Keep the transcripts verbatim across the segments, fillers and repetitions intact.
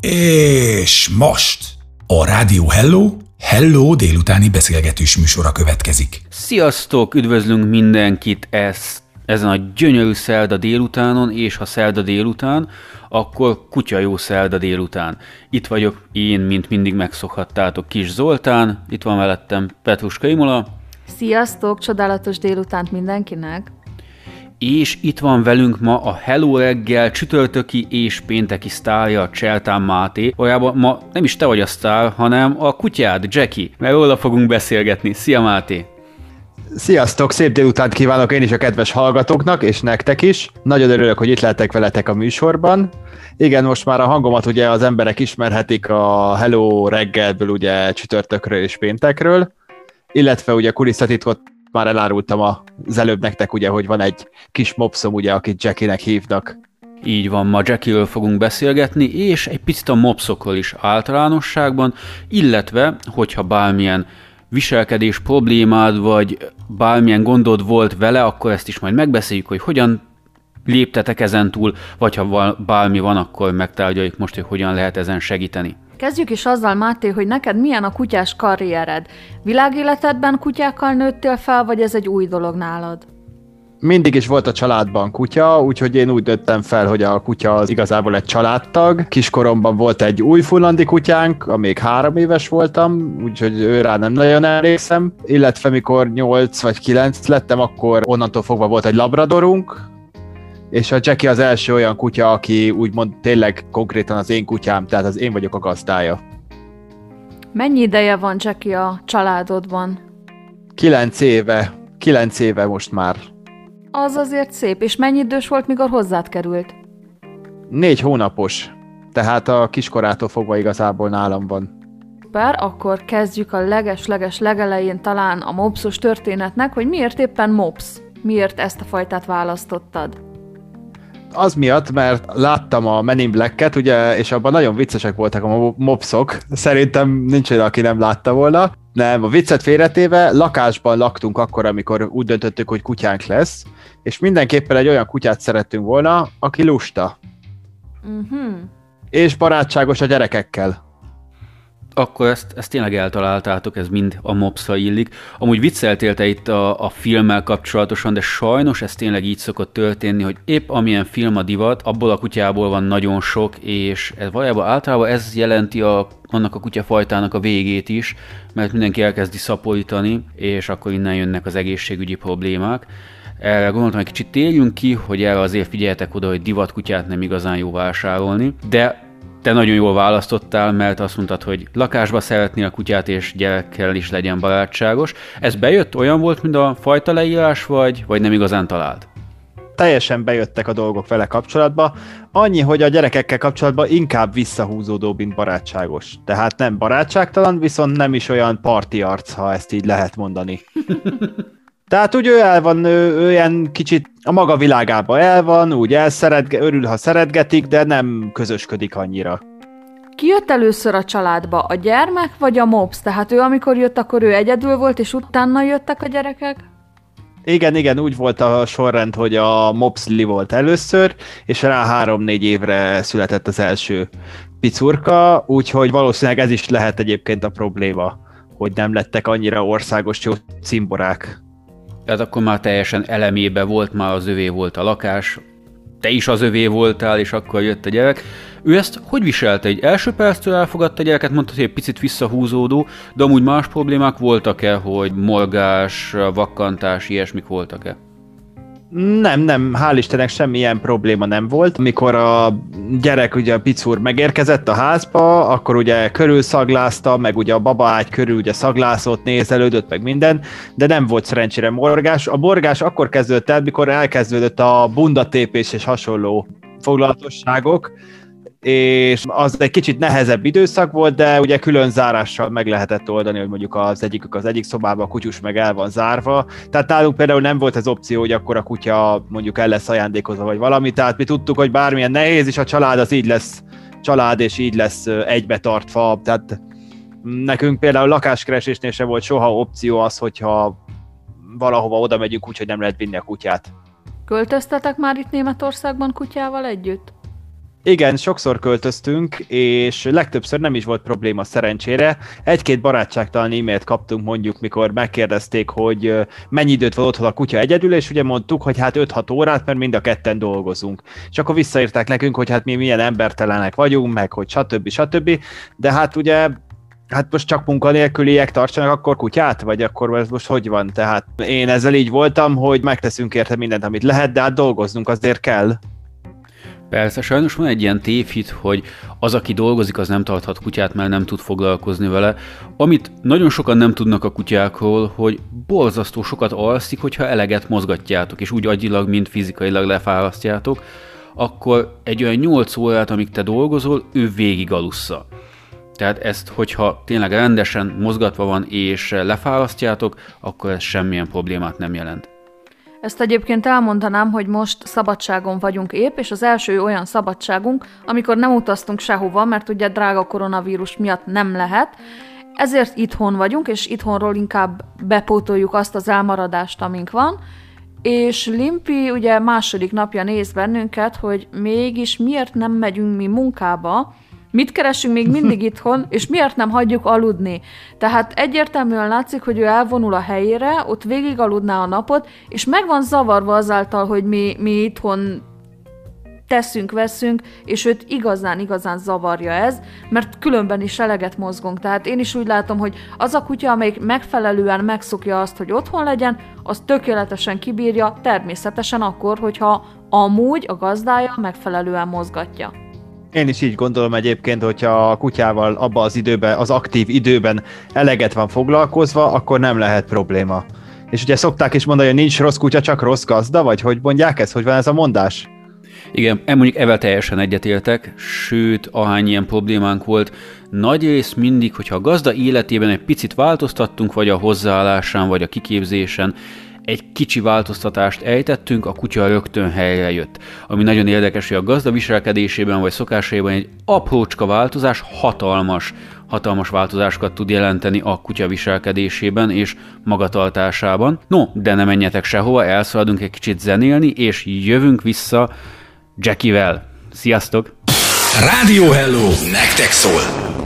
És most a Rádió Hello, Hello délutáni beszélgetős műsora következik. Sziasztok, üdvözlünk mindenkit ezt, ezen a gyönyörű szerda délutánon, és ha szerda délután, akkor kutya jó szerda délután. Itt vagyok én, mint mindig megszokhattátok, Kis Zoltán, itt van mellettem Petruska Imola. Sziasztok, csodálatos délutánt mindenkinek! És itt van velünk ma a Hello reggel csütörtöki és pénteki sztárja, Cseltán Máté. Valójában ma nem is te vagy a sztár, hanem a kutyád, Jackie, mert róla fogunk beszélgetni. Szia Máté! Sziasztok, szép délutánt kívánok én is a kedves hallgatóknak, és nektek is. Nagyon örülök, hogy itt lehetek veletek a műsorban. Igen, most már a hangomat ugye az emberek ismerhetik a Hello reggelből, ugye csütörtökről és péntekről, illetve ugye kulisszatitkot már elárultam az előbb nektek, ugye, hogy van egy kis mopszom, ugye, akit Jackie-nek hívnak. Így van, ma Jackie-ről fogunk beszélgetni, és egy picit a mopszokról is általánosságban, illetve, hogyha bármilyen viselkedés problémád, vagy bármilyen gondod volt vele, akkor ezt is majd megbeszéljük, hogy hogyan léptetek ezen túl, vagy ha bármi van, akkor megtárgyaljuk most, hogy hogyan lehet ezen segíteni. Kezdjük is azzal, Máté, hogy neked milyen a kutyás karriered? Világéletedben kutyákkal nőttél fel, vagy ez egy új dolog nálad? Mindig is volt a családban kutya, úgyhogy én úgy nőttem fel, hogy a kutya az igazából egy családtag. Kiskoromban volt egy új-fulandi kutyánk, amíg három éves voltam, úgyhogy ő rá nem nagyon emlékszem. Illetve mikor nyolc vagy kilenc lettem, akkor onnantól fogva volt egy labradorunk, és a Jackie az első olyan kutya, aki úgymond tényleg konkrétan az én kutyám, tehát az én vagyok a gazdája. Mennyi ideje van Jackie a családodban? Kilenc éve, kilenc éve most már. Az azért szép, és mennyi idős volt, mikor hozzád került? Négy hónapos, tehát a kiskorától fogva igazából nálam van. Szuper, akkor kezdjük a leges-leges legelején talán a mopszos történetnek, hogy miért éppen mopsz? Miért ezt a fajtát választottad? Az miatt, mert láttam a Men in Black-et, ugye, és abban nagyon viccesek voltak a mopszok. Szerintem nincs olyan, aki nem látta volna. Nem, a viccet félretéve, lakásban laktunk akkor, amikor úgy döntöttük, hogy kutyánk lesz, és mindenképpen egy olyan kutyát szerettünk volna, aki lusta. Uh-huh. És barátságos a gyerekekkel. Akkor ezt, ezt tényleg eltaláltátok, ez mind a mopszra illik. Amúgy vicceltél te itt a, a filmmel kapcsolatosan, de sajnos ez tényleg így szokott történni, hogy épp amilyen film a divat, abból a kutyából van nagyon sok, és ez valójában általában ez jelenti a, annak a kutyafajtának a végét is, mert mindenki elkezdi szaporítani, és akkor innen jönnek az egészségügyi problémák. Erre gondoltam, egy kicsit térjünk ki, hogy erre azért figyeljetek oda, hogy divatkutyát nem igazán jó vásárolni, de te nagyon jól választottál, mert azt mondtad, hogy lakásba szeretnél a kutyát, és gyerekkel is legyen barátságos. Ez bejött? Olyan volt, mint a fajta leírás, vagy, vagy nem igazán talált? Teljesen bejöttek a dolgok vele kapcsolatba. Annyi, hogy a gyerekekkel kapcsolatban inkább visszahúzódó, mint barátságos. Tehát nem barátságtalan, viszont nem is olyan parti arc, ha ezt így lehet mondani. Tehát úgy ő el van, ő, ő ilyen kicsit a maga világában el van, úgy elszeretge, örül, ha szeretgetik, de nem közösködik annyira. Ki jött először a családba? A gyermek vagy a mops? Tehát ő amikor jött, akkor ő egyedül volt, és utána jöttek a gyerekek? Igen, igen, úgy volt a sorrend, hogy a mops Lili volt először, és rá három-négy évre született az első picurka, úgyhogy valószínűleg ez is lehet egyébként a probléma, hogy nem lettek annyira országos jó cimborák. Tehát akkor már teljesen elemébe volt, már az övé volt a lakás, te is az övé voltál, és akkor jött a gyerek. Ő ezt hogy viselte? Egy első perctől elfogadta a gyereket, mondta, hogy egy picit visszahúzódó, de amúgy más problémák voltak-e, hogy morgás, vakkantás, ilyesmik voltak-e? Nem, nem, hál' Istennek semmilyen probléma nem volt. Mikor a gyerek, ugye a picúr megérkezett a házba, akkor ugye körülszaglázta, meg ugye a babaágy körül ugye szaglászott, nézelődött, meg minden, de nem volt szerencsére morgás. A morgás akkor kezdődött el, mikor elkezdődött a bundatépés és hasonló foglalatosságok, és az egy kicsit nehezebb időszak volt, de ugye külön zárással meg lehetett oldani, hogy mondjuk az egyikük az egyik szobában, a kutyus meg el van zárva. Tehát nálunk például nem volt ez opció, hogy akkor a kutya mondjuk el lesz ajándékozva vagy valami, tehát mi tudtuk, hogy bármilyen nehéz is a család, az így lesz család, és így lesz egybetartva. Tehát nekünk például lakáskeresésnél se volt soha opció az, hogyha valahova oda megyünk úgy, hogy nem lehet vinni a kutyát. Költöztetek már itt Németországban kutyával együtt? Igen, sokszor költöztünk, és legtöbbször nem is volt probléma szerencsére. Egy-két barátságtalan e-mailt kaptunk mondjuk, mikor megkérdezték, hogy mennyi időt van otthon a kutya egyedül, és ugye mondtuk, hogy hát öt-hat órát, mert mind a ketten dolgozunk. És akkor visszaírták nekünk, hogy hát mi milyen embertelenek vagyunk, meg hogy stb. stb. De hát ugye hát most csak munkanélküliek tartsanak akkor kutyát? Vagy akkor ez most hogy van? Tehát én ezzel így voltam, hogy megteszünk érte mindent, amit lehet, de hát dolgoznunk azért kell. Persze, sajnos van egy ilyen tévhit, hogy az, aki dolgozik, az nem tarthat kutyát, mert nem tud foglalkozni vele. Amit nagyon sokan nem tudnak a kutyákról, hogy borzasztó sokat alszik, hogyha eleget mozgatjátok, és úgy agyilag, mint fizikailag lefárasztjátok, akkor egy olyan nyolc órát, amíg te dolgozol, ő végig alussza. Tehát ezt, hogyha tényleg rendesen mozgatva van és lefárasztjátok, akkor ez semmilyen problémát nem jelent. Ezt egyébként elmondanám, hogy most szabadságon vagyunk épp, és az első olyan szabadságunk, amikor nem utaztunk sehova, mert ugye drága koronavírus miatt nem lehet, ezért itthon vagyunk, és itthonról inkább bepótoljuk azt az elmaradást, amink van, és Limpi ugye második napja néz bennünket, hogy mégis miért nem megyünk mi munkába, mit keresünk még mindig itthon, és miért nem hagyjuk aludni. Tehát egyértelműen látszik, hogy ő elvonul a helyére, ott végig aludná a napot, és meg van zavarva azáltal, hogy mi, mi itthon teszünk, veszünk, és őt igazán-igazán zavarja ez, mert különben is eleget mozgunk. Tehát én is úgy látom, hogy az a kutya, amelyik megfelelően megszokja azt, hogy otthon legyen, az tökéletesen kibírja, természetesen akkor, hogyha amúgy a gazdája megfelelően mozgatja. Én is így gondolom egyébként, hogyha a kutyával abban az időben, az aktív időben eleget van foglalkozva, akkor nem lehet probléma. És ugye szokták is mondani, hogy nincs rossz kutya, csak rossz gazda, vagy hogy mondják ezt, hogy van ez a mondás? Igen, mondjuk evel teljesen egyetértek, sőt, ahány ilyen problémánk volt, nagy rész mindig, hogyha a gazda életében egy picit változtattunk, vagy a hozzáállásán, vagy a kiképzésen, egy kicsi változtatást ejtettünk, a kutya rögtön helyre jött. Ami nagyon érdekes, hogy a gazda viselkedésében vagy szokásaiban egy aprócska változás hatalmas, hatalmas változásokat tud jelenteni a kutya viselkedésében és magatartásában. No, de ne menjetek sehova, elszaladunk egy kicsit zenélni, és jövünk vissza Jackie-vel. Sziasztok! Rádió Hello! Nektek szól!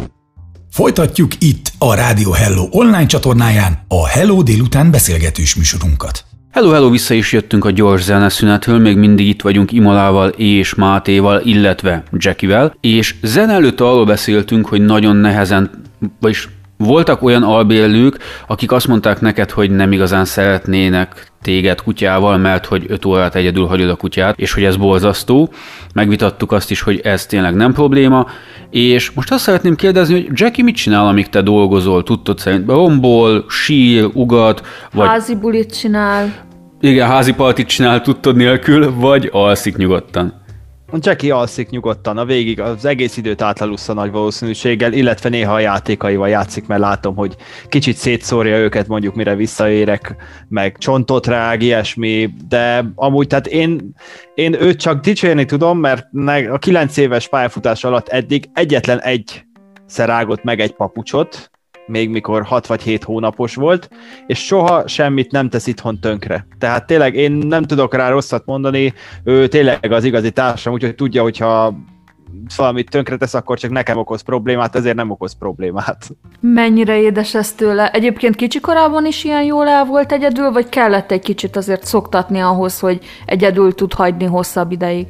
Folytatjuk itt a Rádió Hello online csatornáján a Hello délután beszélgetős műsorunkat. Hello, hello, vissza is jöttünk a gyors zeneszünetről, még mindig itt vagyunk Imolával és Mátéval, illetve Jackie-vel, és zene előtt arról beszéltünk, hogy nagyon nehezen, vagyis voltak olyan albérlők, akik azt mondták neked, hogy nem igazán szeretnének téged kutyával, mert hogy öt órát egyedül hagyod a kutyát, és hogy ez borzasztó. Megvitattuk azt is, hogy ez tényleg nem probléma, és most azt szeretném kérdezni, hogy Jackie mit csinál, amíg te dolgozol? Tudtod szerint rombol, sír, ugat, vagy... Házi bulit csinál. Igen, házi partit csinál tudtod nélkül, vagy alszik nyugodtan. Jackie alszik nyugodtan, a végig az egész időt átlalussza nagy valószínűséggel, illetve néha a játékaival játszik, mert látom, hogy kicsit szétszórja őket, mondjuk mire visszaérek, meg csontot rág, ilyesmi, de amúgy, tehát én, én őt csak dicsérni tudom, mert a kilenc éves pályafutás alatt eddig egyetlen egyszer rágott meg egy papucsot, még mikor hat vagy hét hónapos volt, és soha semmit nem tesz itthon tönkre. Tehát tényleg én nem tudok rá rosszat mondani, ő tényleg az igazi társam, úgyhogy tudja, hogyha valamit tönkre tesz, akkor csak nekem okoz problémát, ezért nem okoz problémát. Mennyire édes ez tőle. Egyébként kicsi korában is ilyen jól el volt egyedül, vagy kellett egy kicsit azért szoktatni ahhoz, hogy egyedül tud hagyni hosszabb ideig?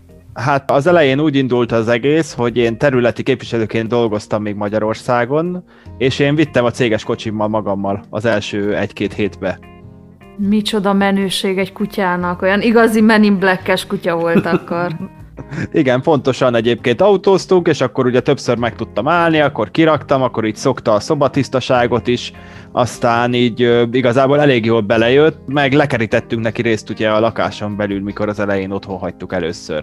Hát az elején úgy indult az egész, hogy én területi képviselőként dolgoztam még Magyarországon, és én vittem a céges kocsimmal magammal az első egy-két hétbe. Micsoda menőség egy kutyának, olyan igazi Men in Black-es kutya volt akkor. Igen, pontosan egyébként autóztunk, és akkor ugye többször meg tudtam állni, akkor kiraktam, akkor így szokta a szobatisztaságot is, aztán így ö, igazából elég jól belejött, meg lekerítettünk neki részt ugye a lakáson belül, mikor az elején otthon hagytuk először.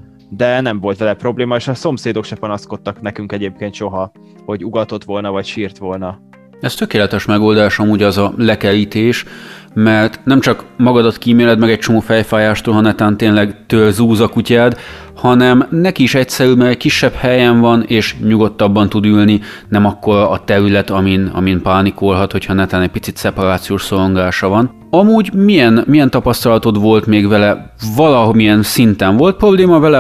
De nem volt vele probléma, és a szomszédok se panaszkodtak nekünk egyébként soha, hogy ugatott volna, vagy sírt volna. Ez tökéletes megoldás amúgy az a lekerítés, mert nem csak magadat kíméled meg egy csomó fejfájástól, ha netán tényleg zúz a kutyád, hanem neki is egyszerű, mert egy kisebb helyen van, és nyugodtabban tud ülni, nem akkor a terület, amin, amin pánikolhat, hogyha netán egy picit szeparációs szorongása van. Amúgy milyen, milyen tapasztalatod volt még vele? Valamilyen szinten volt probléma vele, vagy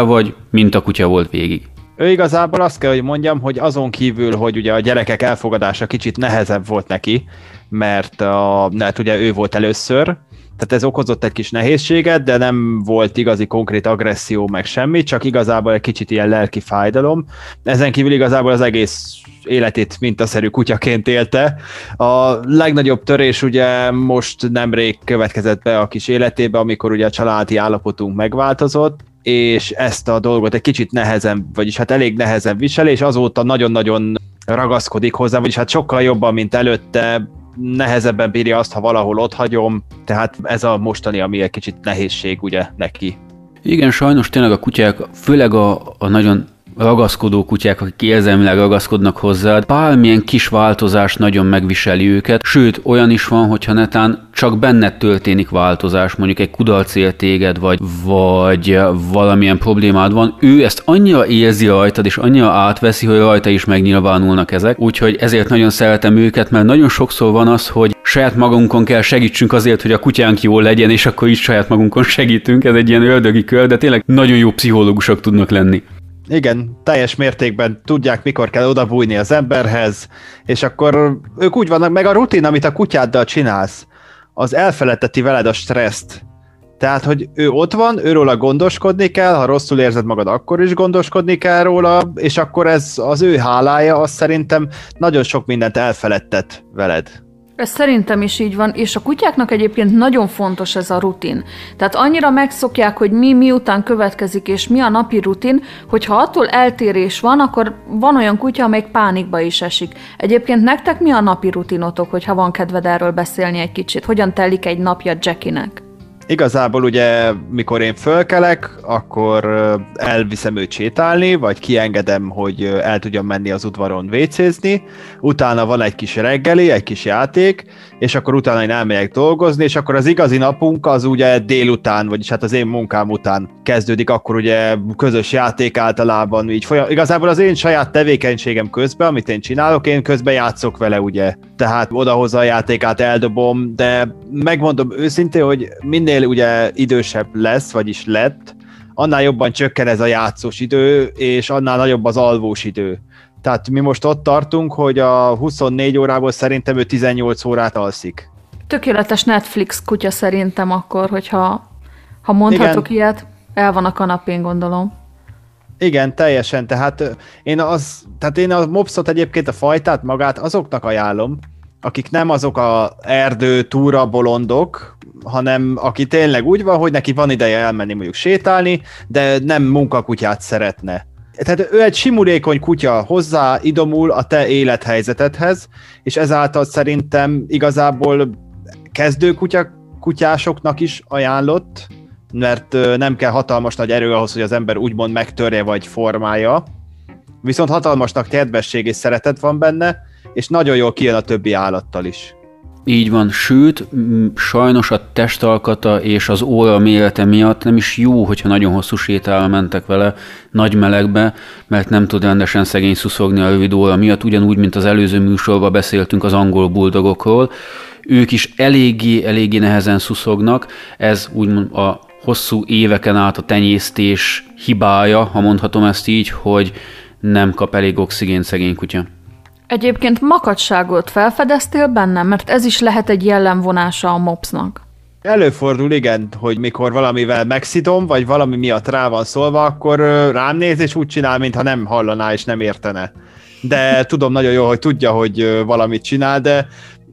mint a kutya volt végig. Ő igazából azt kell, hogy mondjam, hogy azon kívül, hogy ugye a gyerekek elfogadása kicsit nehezebb volt neki, mert, a, mert ugye ő volt először, tehát ez okozott egy kis nehézséget, de nem volt igazi konkrét agresszió meg semmi, csak igazából egy kicsit ilyen lelki fájdalom. Ezen kívül igazából az egész életét mintaszerű kutyaként élte. A legnagyobb törés ugye most nemrég következett be a kis életébe, amikor ugye a családi állapotunk megváltozott, és ezt a dolgot egy kicsit nehezen, vagyis hát elég nehezen visel, és azóta nagyon-nagyon ragaszkodik hozzá, vagyis hát sokkal jobban, mint előtte, nehezebben bírja azt, ha valahol otthagyom, tehát ez a mostani, ami egy kicsit nehézség ugye neki. Igen, sajnos tényleg a kutyák, főleg a, a nagyon ragaszkodó kutyák, akik érzelmileg ragaszkodnak hozzád, bármilyen kis változás nagyon megviseli őket, sőt, olyan is van, hogyha netán csak benned történik változás, mondjuk egy kudarc ér téged, vagy, vagy valamilyen problémád van, ő ezt annyira érzi rajtad, és annyira átveszi, hogy rajta is megnyilvánulnak ezek, úgyhogy ezért nagyon szeretem őket, mert nagyon sokszor van az, hogy saját magunkon kell segítsünk azért, hogy a kutyánk jól legyen, és akkor is saját magunkon segítünk, ez egy ilyen ördögi kör, de tényleg nagyon jó pszichológusok tudnak lenni. Igen, teljes mértékben tudják, mikor kell odabújni az emberhez, és akkor ők úgy vannak, meg a rutin, amit a kutyáddal csinálsz, az elfeledteti veled a stresszt. Tehát, hogy ő ott van, őróla gondoskodni kell, ha rosszul érzed magad, akkor is gondoskodni kell róla, és akkor ez az ő hálája, az szerintem nagyon sok mindent elfeledtet veled. Ez szerintem is így van, és a kutyáknak egyébként nagyon fontos ez a rutin. Tehát annyira megszokják, hogy mi miután következik, és mi a napi rutin, hogyha attól eltérés van, akkor van olyan kutya, amelyik pánikba is esik. Egyébként nektek mi a napi rutinotok, hogyha van kedved erről beszélni egy kicsit? Hogyan telik egy napja Jackie-nek? Igazából ugye, mikor én fölkelek, akkor elviszem őt sétálni, vagy kiengedem, hogy el tudjam menni az udvaron vécézni, utána van egy kis reggeli, egy kis játék, és akkor utána én elmegyek dolgozni, és akkor az igazi napunk az ugye délután, vagyis hát az én munkám után kezdődik, akkor ugye közös játék általában, így folyam... igazából az én saját tevékenységem közben, amit én csinálok, én közben játszok vele, ugye, tehát odahozza a játékát, eldobom, de megmondom őszintén, hogy minél ugye idősebb lesz, vagyis lett, annál jobban csökken ez a játszós idő, és annál nagyobb az alvós idő. Tehát mi most ott tartunk, hogy a huszonnégy órából szerintem ő tizennyolc órát alszik. Tökéletes Netflix kutya szerintem akkor, hogyha ha mondhatok Igen. ilyet, el van a kanapén, gondolom. Igen, teljesen, tehát én, az, tehát én a mopszot egyébként, a fajtát magát azoknak ajánlom, akik nem azok a erdő túra bolondok, hanem aki tényleg úgy van, hogy neki van ideje elmenni mondjuk sétálni, de nem munkakutyát szeretne. Tehát ő egy simulékony kutya, hozzá idomul a te élethelyzetedhez, és ezáltal szerintem igazából kezdő kutya, kutyásoknak is ajánlott, mert nem kell hatalmas nagy erő ahhoz, hogy az ember úgymond megtörje vagy formálja, viszont hatalmasnak kedvesség és szeretet van benne, és nagyon jól kijön a többi állattal is. Így van, sőt, sajnos a testalkata és az óra mérete miatt nem is jó, hogyha nagyon hosszú sétára mentek vele nagy melegbe, mert nem tud rendesen szegény szuszogni a rövid óra miatt, ugyanúgy, mint az előző műsorban beszéltünk az angol buldogokról. Ők is eléggé, eléggé nehezen szuszognak, ez úgymond a hosszú éveken át a tenyésztés hibája, ha mondhatom ezt így, hogy nem kap elég oxigént szegény kutya. Egyébként makacságot felfedeztél bennem, mert ez is lehet egy jellemvonása a mopsnak. Előfordul, igen, hogy mikor valamivel megszidom, vagy valami miatt rá van szólva, akkor rám néz, és úgy csinál, mintha nem hallaná és nem értene. De tudom nagyon jól, hogy tudja, hogy valamit csinál, de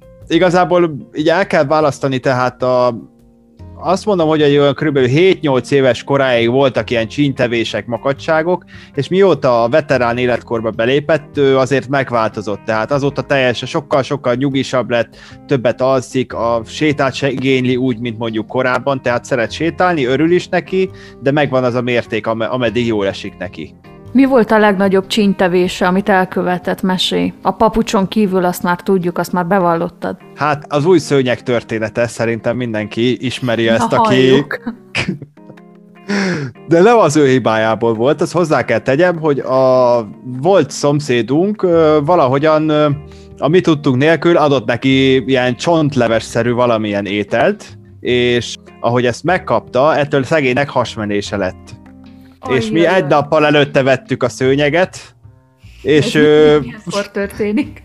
igazából így el kell választani, tehát a azt mondom, hogy egy olyan kb. hét-nyolc éves koráig voltak ilyen csínytevések, makacságok, és mióta a veterán életkorba belépett, ő azért megváltozott, tehát azóta teljesen sokkal-sokkal nyugisabb lett, többet alszik, a sétát se igényli úgy, mint mondjuk korábban, tehát szeret sétálni, örül is neki, de megvan az a mérték, ameddig jól esik neki. Mi volt a legnagyobb csínytevése, amit elkövetett, mesélj? A papucson kívül azt már tudjuk, azt már bevallottad. Hát az új szőnyeg története, szerintem mindenki ismeri ezt, Na, aki... De nem az ő hibájából volt, azt hozzá kell tegyem, hogy a volt szomszédunk valahogyan a mi tudtunk nélkül adott neki ilyen csontleves-szerű valamilyen ételt, és ahogy ezt megkapta, ettől szegénynek hasmenése lett. és mi egy nappal előtte vettük a szőnyeget, és... Ilyenkor történik.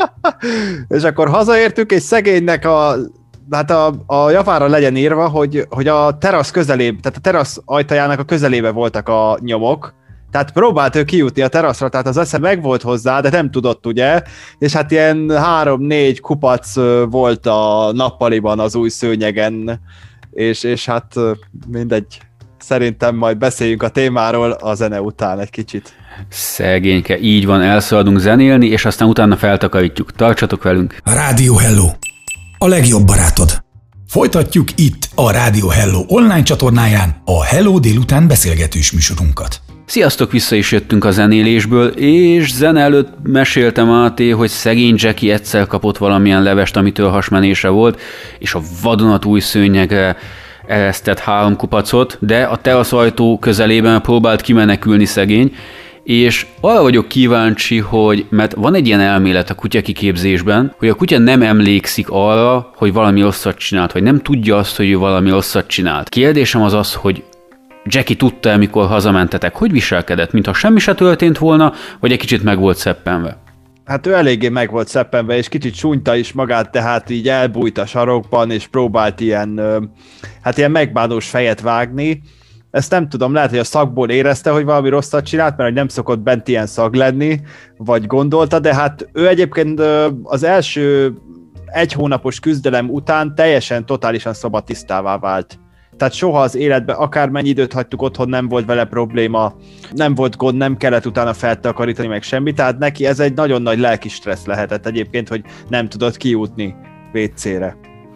És akkor hazaértük, és szegénynek a... Hát a, a javára legyen írva, hogy, hogy a terasz közelébe, tehát a terasz ajtajának a közelébe voltak a nyomok, tehát próbált ő kijutni a teraszra, tehát az esze meg volt hozzá, de nem tudott, ugye, és hát ilyen három-négy kupac volt a nappaliban az új szőnyegen, és, és hát mindegy, szerintem majd beszéljünk a témáról a zene után egy kicsit. Szegényke, így van, elszaladunk zenélni, és aztán utána feltakarítjuk. Tartsatok velünk! Rádió Hello! A legjobb barátod! Folytatjuk itt a Rádió Hello online csatornáján a Hello délután beszélgetős műsorunkat. Sziasztok, vissza is jöttünk a zenélésből, és zene előtt meséltem Máté, hogy szegény Jackie egyszer kapott valamilyen levest, amitől hasmenése volt, és a vadonatúj szőnyegre eresztett három kupacot, de a teraszajtó közelében próbált kimenekülni szegény, és arra vagyok kíváncsi, hogy, mert van egy ilyen elmélet a kutya kiképzésben, hogy a kutya nem emlékszik arra, hogy valami rosszat csinált, vagy nem tudja azt, hogy ő valami rosszat csinált. Kérdésem az az, hogy Jackie tudta-e, mikor hazamentetek, hogy viselkedett, mintha semmi se történt volna, vagy egy kicsit meg volt szeppenve? Hát ő eléggé meg volt szeppenve, és kicsit súnyta is magát, tehát így elbújt a sarokban, és próbált ilyen, hát ilyen megbánós fejet vágni. Ezt nem tudom, lehet, hogy a szagból érezte, hogy valami rosszat csinált, mert nem szokott bent ilyen szag lenni, vagy gondolta, de hát ő egyébként az első egy hónapos küzdelem után teljesen, totálisan szabadtisztává vált. Tehát soha az életben, akármennyi időt hagytuk otthon, nem volt vele probléma, nem volt gond, nem kellett utána feltakarítani meg semmi, tehát neki ez egy nagyon nagy lelki stressz lehetett egyébként, hogy nem tudott kijutni vécére.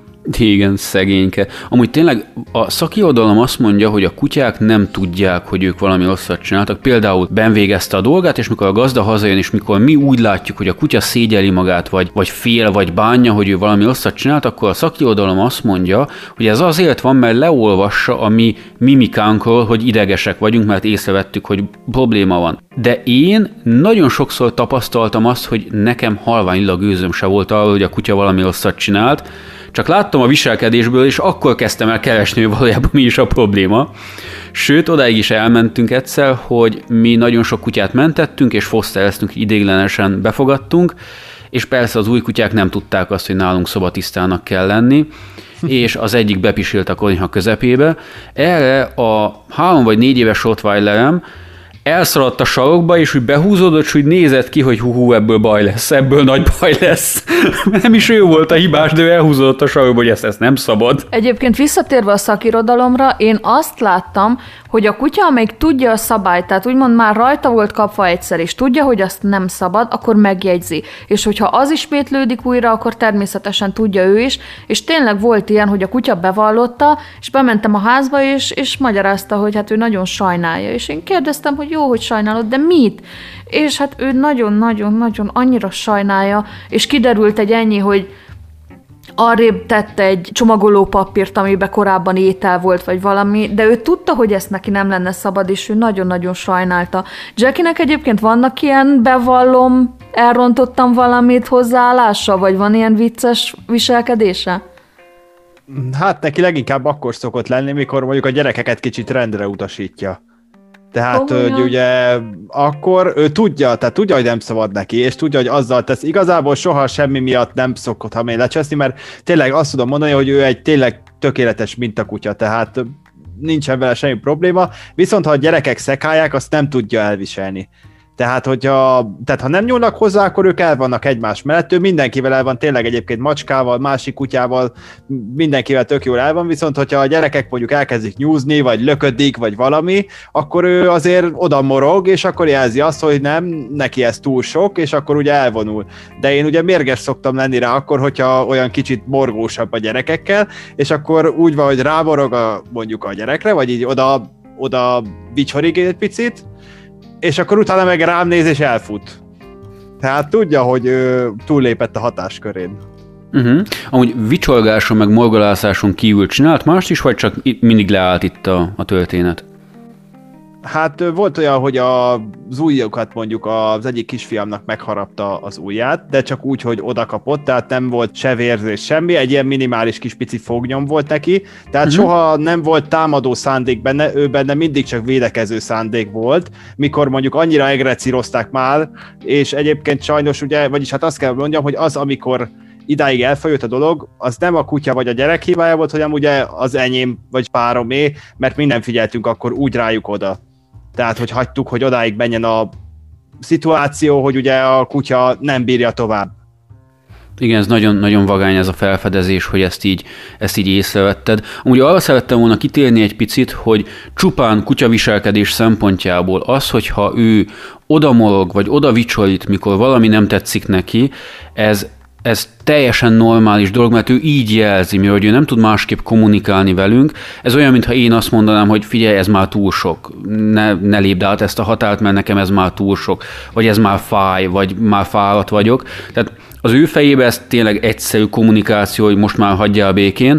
Igen, szegényke. Amúgy tényleg a szakirodalom azt mondja, hogy a kutyák nem tudják, hogy ők valami rosszat csináltak. Például Ben végezte a dolgát, és mikor a gazda hazajön, és mikor mi úgy látjuk, hogy a kutya szégyeli magát, vagy, vagy fél, vagy bánja, hogy ő valami rosszat csinált, akkor a szakirodalom azt mondja, hogy ez azért van, mert leolvassa a mi mimikánkról, hogy idegesek vagyunk, mert észrevettük, hogy probléma van. De én nagyon sokszor tapasztaltam azt, hogy nekem halványilag gőzöm se volt arról, hogy a kutya valami rosszat csinált, csak láttam a viselkedésből, és akkor kezdtem el keresni, hogy valójában mi is a probléma. Sőt, odáig is elmentünk egyszer, hogy mi nagyon sok kutyát mentettünk, és fosztereztünk, idéglenesen befogadtunk, és persze az új kutyák nem tudták azt, hogy nálunk szobatisztának kell lenni, és az egyik bepisilt a konyha közepébe. Erre a három vagy négy éves rottweilerem elszaladt a sarokba, és úgy behúzódott, és úgy nézett ki, hogy hú, hú, ebből baj lesz, ebből nagy baj lesz. Nem is ő volt a hibás, de ő elhúzódott a sarokba, hogy ezt, ezt nem szabad. Egyébként visszatérve a szakirodalomra, én azt láttam, hogy a kutya, amelyik tudja a szabályt, tehát úgymond már rajta volt kapva egyszer, és tudja, hogy azt nem szabad, akkor megjegyzi. És hogyha az ismétlődik újra, akkor természetesen tudja ő is, és tényleg volt ilyen, hogy a kutya bevallotta, és bementem a házba, és, és magyarázta, hogy hát ő nagyon sajnálja. És én kérdeztem, hogy jó, hogy sajnálod, de mit? És hát ő nagyon-nagyon-nagyon annyira sajnálja, és kiderült egy ennyi, hogy arrébb tette egy csomagoló papírt, amiben korábban étel volt, vagy valami, de ő tudta, hogy ezt neki nem lenne szabad, és ő nagyon-nagyon sajnálta. Jackie-nek egyébként vannak ilyen bevallom, elrontottam valamit hozzáállása, vagy van ilyen vicces viselkedése? Hát neki leginkább akkor szokott lenni, mikor mondjuk a gyerekeket kicsit rendre utasítja. Tehát hogy ugye akkor ő tudja, tehát tudja, hogy nem szabad neki, és tudja, hogy azzal tesz. Igazából soha semmi miatt nem szokott hamén lecseszni, mert tényleg azt tudom mondani, hogy ő egy tényleg tökéletes mintakutya, tehát nincsen vele semmi probléma, viszont ha a gyerekek szekálják, azt nem tudja elviselni. Tehát, hogyha, tehát ha nem nyúlnak hozzá, akkor ők el vannak egymás mellett, ő mindenkivel el van, tényleg egyébként macskával, másik kutyával, mindenkivel tök jól el van, viszont hogyha a gyerekek mondjuk elkezdik nyúzni, vagy löködik, vagy valami, akkor ő azért oda morog, és akkor jelzi azt, hogy nem, neki ez túl sok, és akkor ugye elvonul. De én ugye mérges szoktam lenni rá akkor, hogyha olyan kicsit morgósabb a gyerekekkel, és akkor úgy van, hogy rámorog a, mondjuk a gyerekre, vagy így oda, oda vicsorig egy picit, és akkor utána meg rám néz és elfut. Tehát tudja, hogy ő túllépett a hatáskörén. Uh-huh. Amúgy vicsorgáson meg morgalászáson kívül csinált mást is, vagy csak mindig leállt itt a, a történet? Hát volt olyan, hogy az ujjukat mondjuk az egyik kisfiamnak megharapta az ujját, de csak úgy, hogy oda kapott, tehát nem volt se vérzés, semmi, egy ilyen minimális kis pici fognyom volt neki, tehát uh-huh. soha nem volt támadó szándék benne, ő benne mindig csak védekező szándék volt, mikor mondjuk annyira egrecírozták már, és egyébként sajnos ugye, vagyis hát azt kell mondjam, hogy az, amikor idáig elfajult a dolog, az nem a kutya vagy a gyerek hibája volt, hanem ugye az enyém vagy páromé, mert mi nem figyeltünk akkor úgy rájuk oda. Tehát, hogy hagytuk, hogy odáig menjen a szituáció, hogy ugye a kutya nem bírja tovább. Igen, ez nagyon, nagyon vagány ez a felfedezés, hogy ezt így, ezt így észrevetted. Amúgy arra szerettem volna kitérni egy picit, hogy csupán kutyaviselkedés szempontjából az, hogyha ő odamorog, vagy odavicsolít, mikor valami nem tetszik neki, ez Ez teljesen normális dolog, mert ő így jelzi, mert ő nem tud másképp kommunikálni velünk. Ez olyan, mintha én azt mondanám, hogy figyelj, ez már túl sok, ne, ne lépd át ezt a határt, mert nekem ez már túl sok, vagy ez már fáj, vagy már fáradt vagyok. Tehát az ő fejében ez tényleg egyszerű kommunikáció, hogy most már hagyjál békén,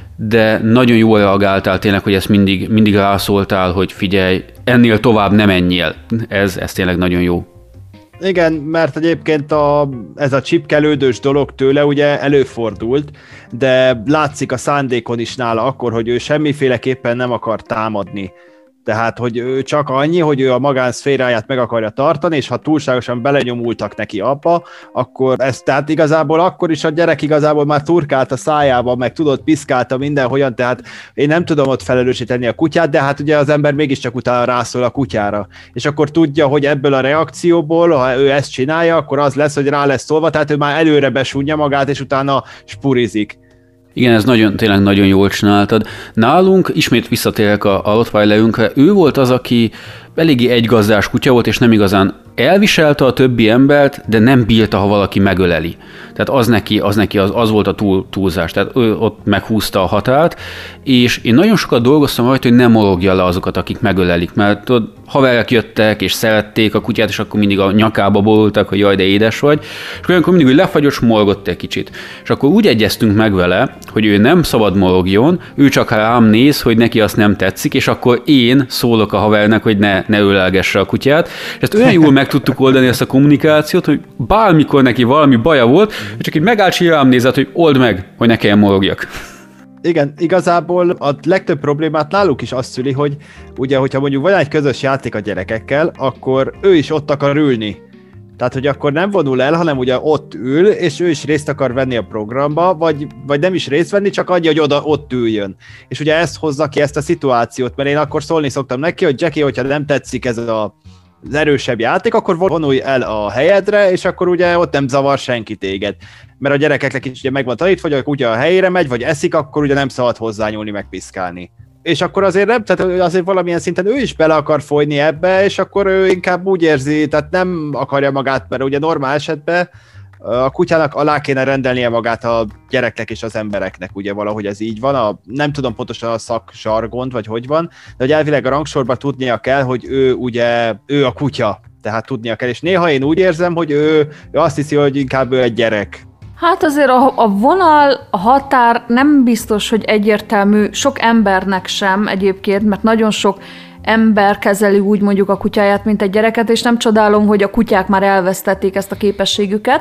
de nagyon jól reagáltál tényleg, hogy ezt mindig, mindig rászóltál, hogy figyelj, ennél tovább nem menjél. Ez, ez tényleg nagyon jó. Igen, mert egyébként a, ez a csipkelődős dolog tőle ugye előfordult, de látszik a szándékon is nála akkor, hogy ő semmiféleképpen nem akar támadni. Tehát, hogy ő csak annyi, hogy ő a magánszféráját meg akarja tartani, és ha túlságosan belenyomultak neki abba, akkor ez, tehát igazából akkor is a gyerek igazából már turkált a szájába, meg tudott, piszkálta mindenhogyan, tehát én nem tudom ott felelősíteni a kutyát, de hát ugye az ember mégiscsak utána rászól a kutyára. És akkor tudja, hogy ebből a reakcióból, ha ő ezt csinálja, akkor az lesz, hogy rá lesz szólva, tehát ő már előre besúnja magát, és utána spurizik. Igen, ez nagyon, tényleg nagyon jól csináltad. Nálunk, ismét visszatérek a, a Rottweilerünkre, ő volt az, aki eléggé egygazdás kutya volt, és nem igazán elviselte a többi embert, de nem bírta, ha valaki megöleli. Tehát az neki, az, neki az, az volt a túl, túlzás. Tehát ő ott meghúzta a határt, és én nagyon sokat dolgoztam rajta, hogy nem morogja le azokat, akik megölelik, mert tudod, haverek jöttek, és szerették a kutyát, és akkor mindig a nyakába borultak, hogy jaj, de édes vagy, és olyankor mindig, hogy lefagyott, s morgott egy kicsit. És akkor úgy egyeztünk meg vele, hogy ő nem szabad morogjon, ő csak rám néz, hogy neki azt nem tetszik, és akkor én szólok a havernek, hogy ne, ne ölelgesse a kutyát. És ezt olyan jól meg tudtuk oldani ezt a kommunikációt, hogy bármikor neki valami baja volt, csak így megállt, és rám nézett, hogy old meg, hogy ne kelljen morogjak. Igen, igazából a legtöbb problémát náluk is azt szüli, hogy ugye, hogyha mondjuk van egy közös játék a gyerekekkel, akkor ő is ott akar ülni. Tehát, hogy akkor nem vonul el, hanem ugye ott ül, és ő is részt akar venni a programba, vagy, vagy nem is részt venni, csak annyi, hogy oda, ott üljön. És ugye ezt hozza ki ezt a szituációt, mert én akkor szólni szoktam neki, hogy Jackie, hogyha nem tetszik ez a az erősebb játék, akkor vonulj el a helyedre, és akkor ugye ott nem zavar senki téged. Mert a gyerekeknek is ugye megvan tanítva, hogy ugye a helyére megy, vagy eszik, akkor ugye nem szabad hozzányúlni, meg piszkálni. És akkor azért nem, tehát azért valamilyen szinten ő is bele akar folyni ebbe, és akkor ő inkább úgy érzi, tehát nem akarja magát, mert ugye normál esetben a kutyának alá kéne rendelnie magát a gyereknek és az embereknek, ugye valahogy ez így van, a, nem tudom pontosan a szakzsargont, vagy hogy van, de hogy elvileg a rangsorban tudnia kell, hogy ő ugye, ő a kutya, tehát tudnia kell, és néha én úgy érzem, hogy ő, ő azt hiszi, hogy inkább ő egy gyerek. Hát azért a, a vonal, a határ nem biztos, hogy egyértelmű, sok embernek sem egyébként, mert nagyon sok ember kezeli úgy mondjuk a kutyáját, mint egy gyereket, és nem csodálom, hogy a kutyák már elvesztették ezt a képességüket.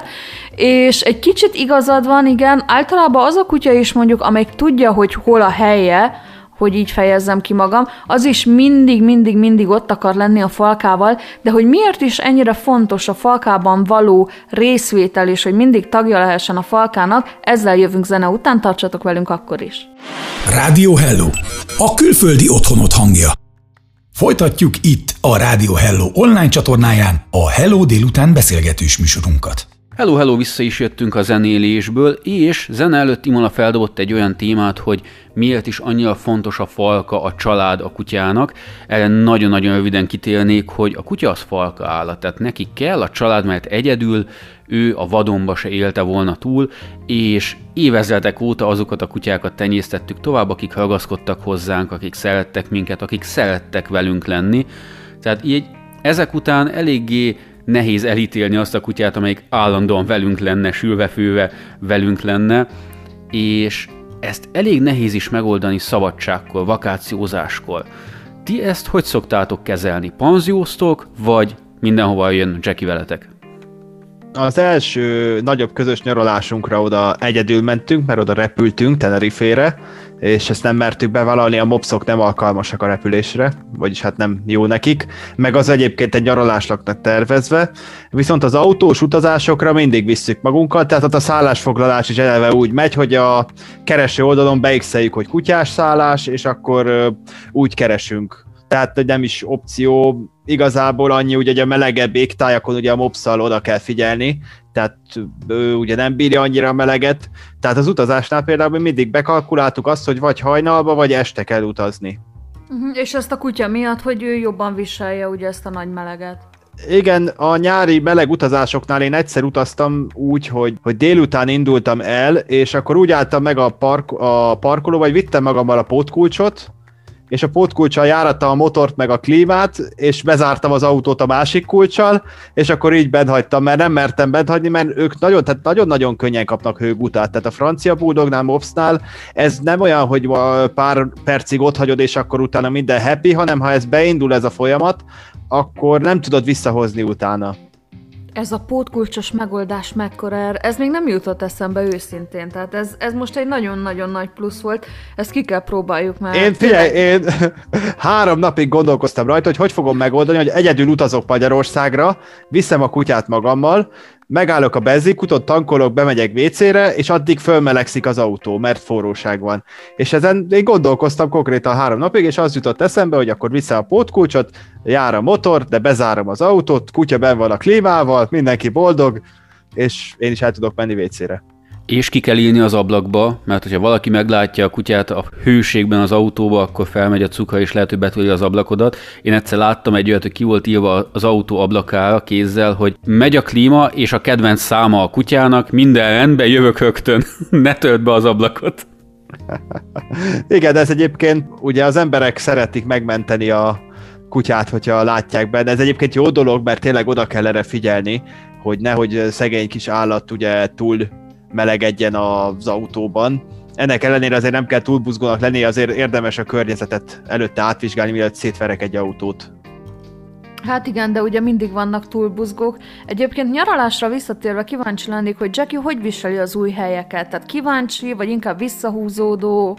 És egy kicsit igazad van, igen, általában az a kutya is mondjuk, amelyik tudja, hogy hol a helye, hogy így fejezzem ki magam, az is mindig, mindig, mindig ott akar lenni a falkával, de hogy miért is ennyire fontos a falkában való részvétel, és hogy mindig tagja lehessen a falkának, ezzel jövünk zene után, tartsatok velünk akkor is. Rádió Hello, a külföldi otthonod hangja. Folytatjuk itt a Rádió Hello online csatornáján a Hello délután beszélgetős műsorunkat. Hello, hello, vissza is jöttünk a zenélésből, és zene előtt Imola feldobott egy olyan témát, hogy miért is annyira fontos a falka, a család a kutyának. Erre nagyon-nagyon röviden kitérnék, hogy a kutya az falka állat, tehát neki kell a család, mert egyedül ő a vadonba se élte volna túl, és évezredek óta azokat a kutyákat tenyésztettük tovább, akik ragaszkodtak hozzánk, akik szerettek minket, akik szerettek velünk lenni. Tehát így ezek után eléggé nehéz elítélni azt a kutyát, amelyik állandóan velünk lenne, sülve-főve velünk lenne, és ezt elég nehéz is megoldani szabadságkor, vakációzáskor. Ti ezt hogy szoktátok kezelni? Panzióztok, vagy mindenhova jön Jackie veletek? Az első nagyobb közös nyaralásunkra oda egyedül mentünk, mert oda repültünk Tenerife-re, és ezt nem mertük bevállalni, a mopszok nem alkalmasak a repülésre, vagyis hát nem jó nekik, meg az egyébként egy nyaralás laknak tervezve, viszont az autós utazásokra mindig visszük magunkkal, tehát ott a szállásfoglalás is eleve úgy megy, hogy a kereső oldalon beixeljük, hogy kutyás szállás, és akkor úgy keresünk. Tehát nem is opció, igazából annyi, ugye, hogy a melegebb égtájakon ugye a mopszal oda kell figyelni, tehát ő ugye nem bírja annyira a meleget, tehát az utazásnál például mindig bekalkuláltuk azt, hogy vagy hajnalba, vagy este kell utazni. Uh-huh, és ezt a kutya miatt, hogy ő jobban viselje ugye ezt a nagy meleget. Igen, a nyári meleg utazásoknál én egyszer utaztam úgy, hogy, hogy délután indultam el, és akkor úgy álltam meg a, park, a parkolóba, vagy vittem magammal a pótkulcsot, és a pótkulccsal járattam a motort meg a klímát, és bezártam az autót a másik kulccsal, és akkor így benthagytam, mert nem mertem benthagyni, mert ők nagyon, tehát nagyon-nagyon könnyen kapnak hőgutát. Tehát a francia bulldognál, mopsnál ez nem olyan, hogy pár percig ott hagyod, és akkor utána minden happy, hanem ha ez beindul ez a folyamat, akkor nem tudod visszahozni utána. Ez a pótkulcsos megoldás mekkora er, ez még nem jutott eszembe őszintén, tehát ez, ez most egy nagyon-nagyon nagy plusz volt, ezt ki kell próbáljuk már. Én figyelj, én három napig gondolkoztam rajta, hogy hogy fogom megoldani, hogy egyedül utazok Magyarországra, viszem a kutyát magammal, megállok a benzinkuton, tankolok, bemegyek vécére, és addig fölmelegszik az autó, mert forróság van. És ezen én gondolkoztam konkrétan három napig, és az jutott eszembe, hogy akkor viszem a pótkulcsot, jár a motor, de bezárom az autót, kutya benn van a klímával, mindenki boldog, és én is el tudok menni vécére. És ki kell írni az ablakba, mert hogyha valaki meglátja a kutyát a hőségben az autóba, akkor felmegy a cuka, és lehet, hogy betolja az ablakodat. Én egyszer láttam egy olyat, hogy ki volt írva az autó ablakára kézzel, hogy megy a klíma, és a kedvenc száma a kutyának, minden rendben, jövök rögtön, ne tölt be az ablakot. Igen, de ez egyébként ugye az emberek szeretik megmenteni a kutyát, hogyha látják benne. Ez egyébként jó dolog, mert tényleg oda kell erre figyelni, hogy nehogy szegény kis állat ugye túl melegedjen az autóban. Ennek ellenére azért nem kell túl buzgónak lenni, azért érdemes a környezetet előtte átvizsgálni, mielőtt szétverek egy autót. Hát igen, de ugye mindig vannak túlbuzgók. Egyébként nyaralásra visszatérve kíváncsi lennék, hogy Jackie hogy viseli az új helyeket. Tehát kíváncsi, vagy inkább visszahúzódó?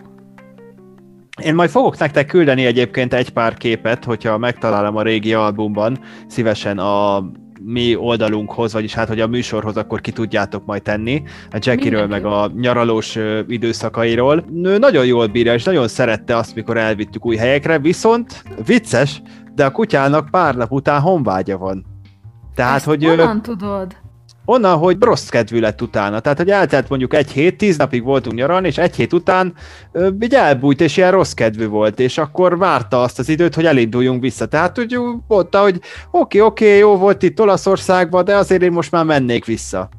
Én majd fogok nektek küldeni egyébként egy pár képet, hogyha megtalálom a régi albumban, szívesen a mi oldalunkhoz, vagyis hát, hogy a műsorhoz akkor ki tudjátok majd tenni, a Jackie-ről, meg a nyaralós időszakairól. Ő nagyon jól bírja, és nagyon szerette azt, mikor elvittük új helyekre, viszont vicces, de a kutyának pár nap után honvágya van. Tehát, ezt hogy honnan ő... tudod? Onnan, hogy rossz kedvű lett utána. Tehát, hogy eltelt mondjuk egy hét, tíz napig voltunk nyaralni, és egy hét után ö, így elbújt, és ilyen rossz kedvű volt, és akkor várta azt az időt, hogy elinduljunk vissza. Tehát, hogy mondta, hogy oké, oké, jó volt itt Olaszországban, de azért én most már mennék vissza.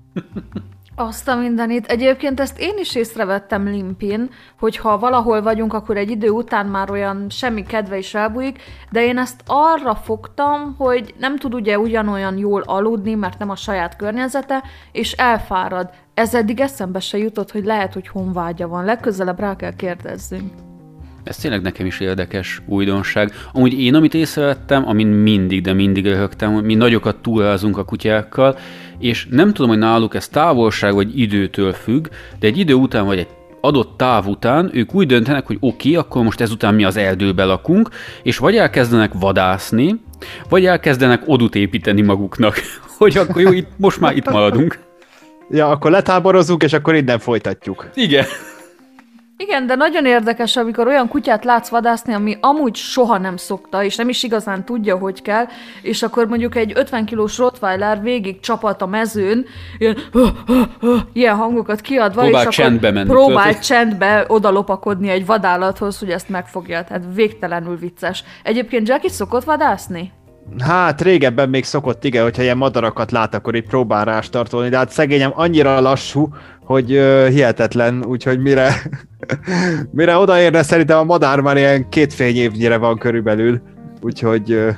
Azt a mindenit. Egyébként ezt én is észrevettem Limpin, hogy ha valahol vagyunk, akkor egy idő után már olyan semmi kedve is elbújik, de én ezt arra fogtam, hogy nem tud ugye ugyanolyan jól aludni, mert nem a saját környezete, és elfárad. Ez eddig eszembe se jutott, hogy lehet, hogy honvágya van. Legközelebb rá kell kérdezzünk. Ez tényleg nekem is érdekes újdonság. Amúgy én, amit észrevettem, amin mindig, de mindig röhögtem, hogy mi nagyokat túrázunk a kutyákkal, és nem tudom, hogy náluk ez távolság vagy időtől függ, de egy idő után vagy egy adott táv után ők úgy döntenek, hogy oké, okay, akkor most ezután mi az erdőbe lakunk, és vagy elkezdenek vadászni, vagy elkezdenek odut építeni maguknak, hogy akkor jó, itt, most már itt maradunk. Ja, akkor letáborozunk, és akkor innen folytatjuk. Igen. Igen, de nagyon érdekes, amikor olyan kutyát látsz vadászni, ami amúgy soha nem szokta, és nem is igazán tudja, hogy kell, és akkor mondjuk egy ötven kilós rottweiler végig csapat a mezőn, ilyen, uh, uh, uh, ilyen hangokat kiadva, próbál és csendbe akkor menni, próbál tudod, csendbe odalopakodni egy vadállathoz, hogy ezt megfogja. Tehát végtelenül vicces. Egyébként Jackie szokott vadászni? Hát régebben még szokott, igen, hogyha ilyen madarakat lát, akkor itt próbál rástartolni, de hát szegényem annyira lassú, hogy uh, hihetetlen, úgyhogy mire, mire odaérne, szerintem a madár már ilyen két fényévnyire van körülbelül, úgyhogy uh,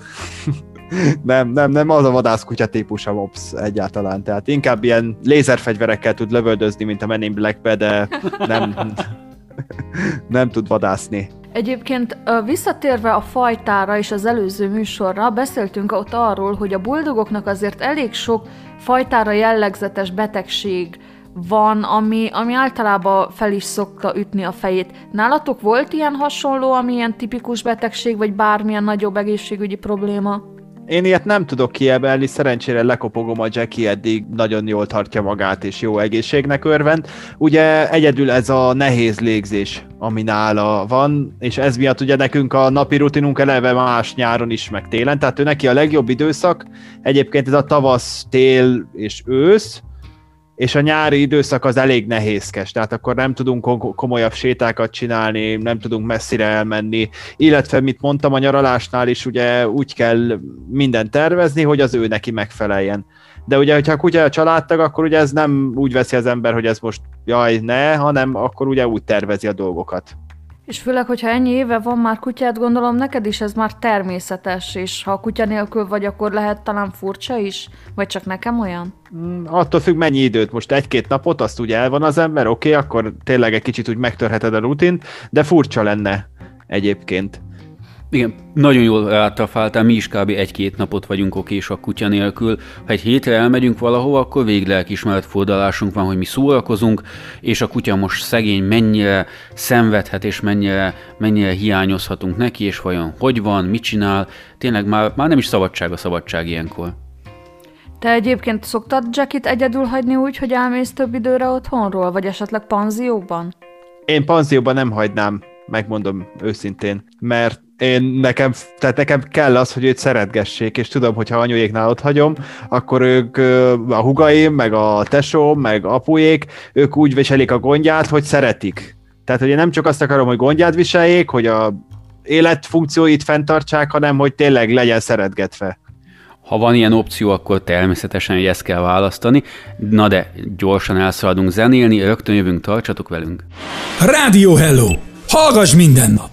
nem, nem, nem az a vadászkutya típus a mops egyáltalán, tehát inkább ilyen lézerfegyverekkel tud lövöldözni, mint a Men in Blackbe, de nem, nem tud vadászni. Egyébként visszatérve a fajtára és az előző műsorra, beszéltünk ott arról, hogy a buldogoknak azért elég sok fajtára jellegzetes betegség van, ami, ami általában fel is szokta ütni a fejét. Nálatok volt ilyen hasonló, ami ilyen tipikus betegség, vagy bármilyen nagyobb egészségügyi probléma? Én ilyet nem tudok kiemelni, szerencsére lekopogom, a Jackie eddig nagyon jól tartja magát, és jó egészségnek örvend. Ugye egyedül ez a nehéz légzés, ami nála van, és ez miatt ugye nekünk a napi rutinunk eleve más nyáron is, meg télen, tehát ő neki a legjobb időszak, egyébként ez a tavasz, tél és ősz, és a nyári időszak az elég nehézkes, tehát akkor nem tudunk komolyabb sétákat csinálni, nem tudunk messzire elmenni, illetve, mit mondtam, a nyaralásnál is ugye úgy kell mindent tervezni, hogy az ő neki megfeleljen. De ugye, hogyha a kutya a családtag, akkor ugye ez nem úgy veszi az ember, hogy ez most jaj, ne, hanem akkor ugye úgy tervezi a dolgokat. És főleg, hogyha ennyi éve van már kutyád, gondolom neked is ez már természetes, és ha a kutya nélkül vagy, akkor lehet talán furcsa is? Vagy csak nekem olyan? Mm, attól függ, mennyi időt, most egy-két napot, azt úgy el van az ember, oké, okay, akkor tényleg egy kicsit úgy megtörheted a rutint, de furcsa lenne egyébként. Igen, nagyon jól átrafáltál, mi is kb. egy-két napot vagyunk okés a kutya nélkül. Ha egy hétre elmegyünk valahova, akkor végig lelkiismeret fordulásunk van, hogy mi szórakozunk, és a kutya most szegény mennyire szenvedhet, és mennyire, mennyire hiányozhatunk neki, és vajon hogy van, mit csinál. Tényleg már, már nem is szabadság a szabadság ilyenkor. Te egyébként szoktad Jackit egyedül hagyni úgy, hogy elmész több időre otthonról, vagy esetleg panzióban? Én panzióban nem hagynám, megmondom őszintén, mert én nekem, tehát nekem kell az, hogy őt szeretgessék, és tudom, hogy ha anyujéknál ott hagyom, akkor ők, a hugaim, meg a tesóm, meg apujék, ők úgy viselik a gondját, hogy szeretik. Tehát, hogy én nem csak azt akarom, hogy gondját viseljék, hogy a életfunkcióit fenntartsák, hanem hogy tényleg legyen szeretgetve. Ha van ilyen opció, akkor természetesen ezt kell választani. Na de gyorsan elszaladunk zenélni, rögtön jövünk, tartsatok velünk. Rádió Hello! Hallgass minden nap!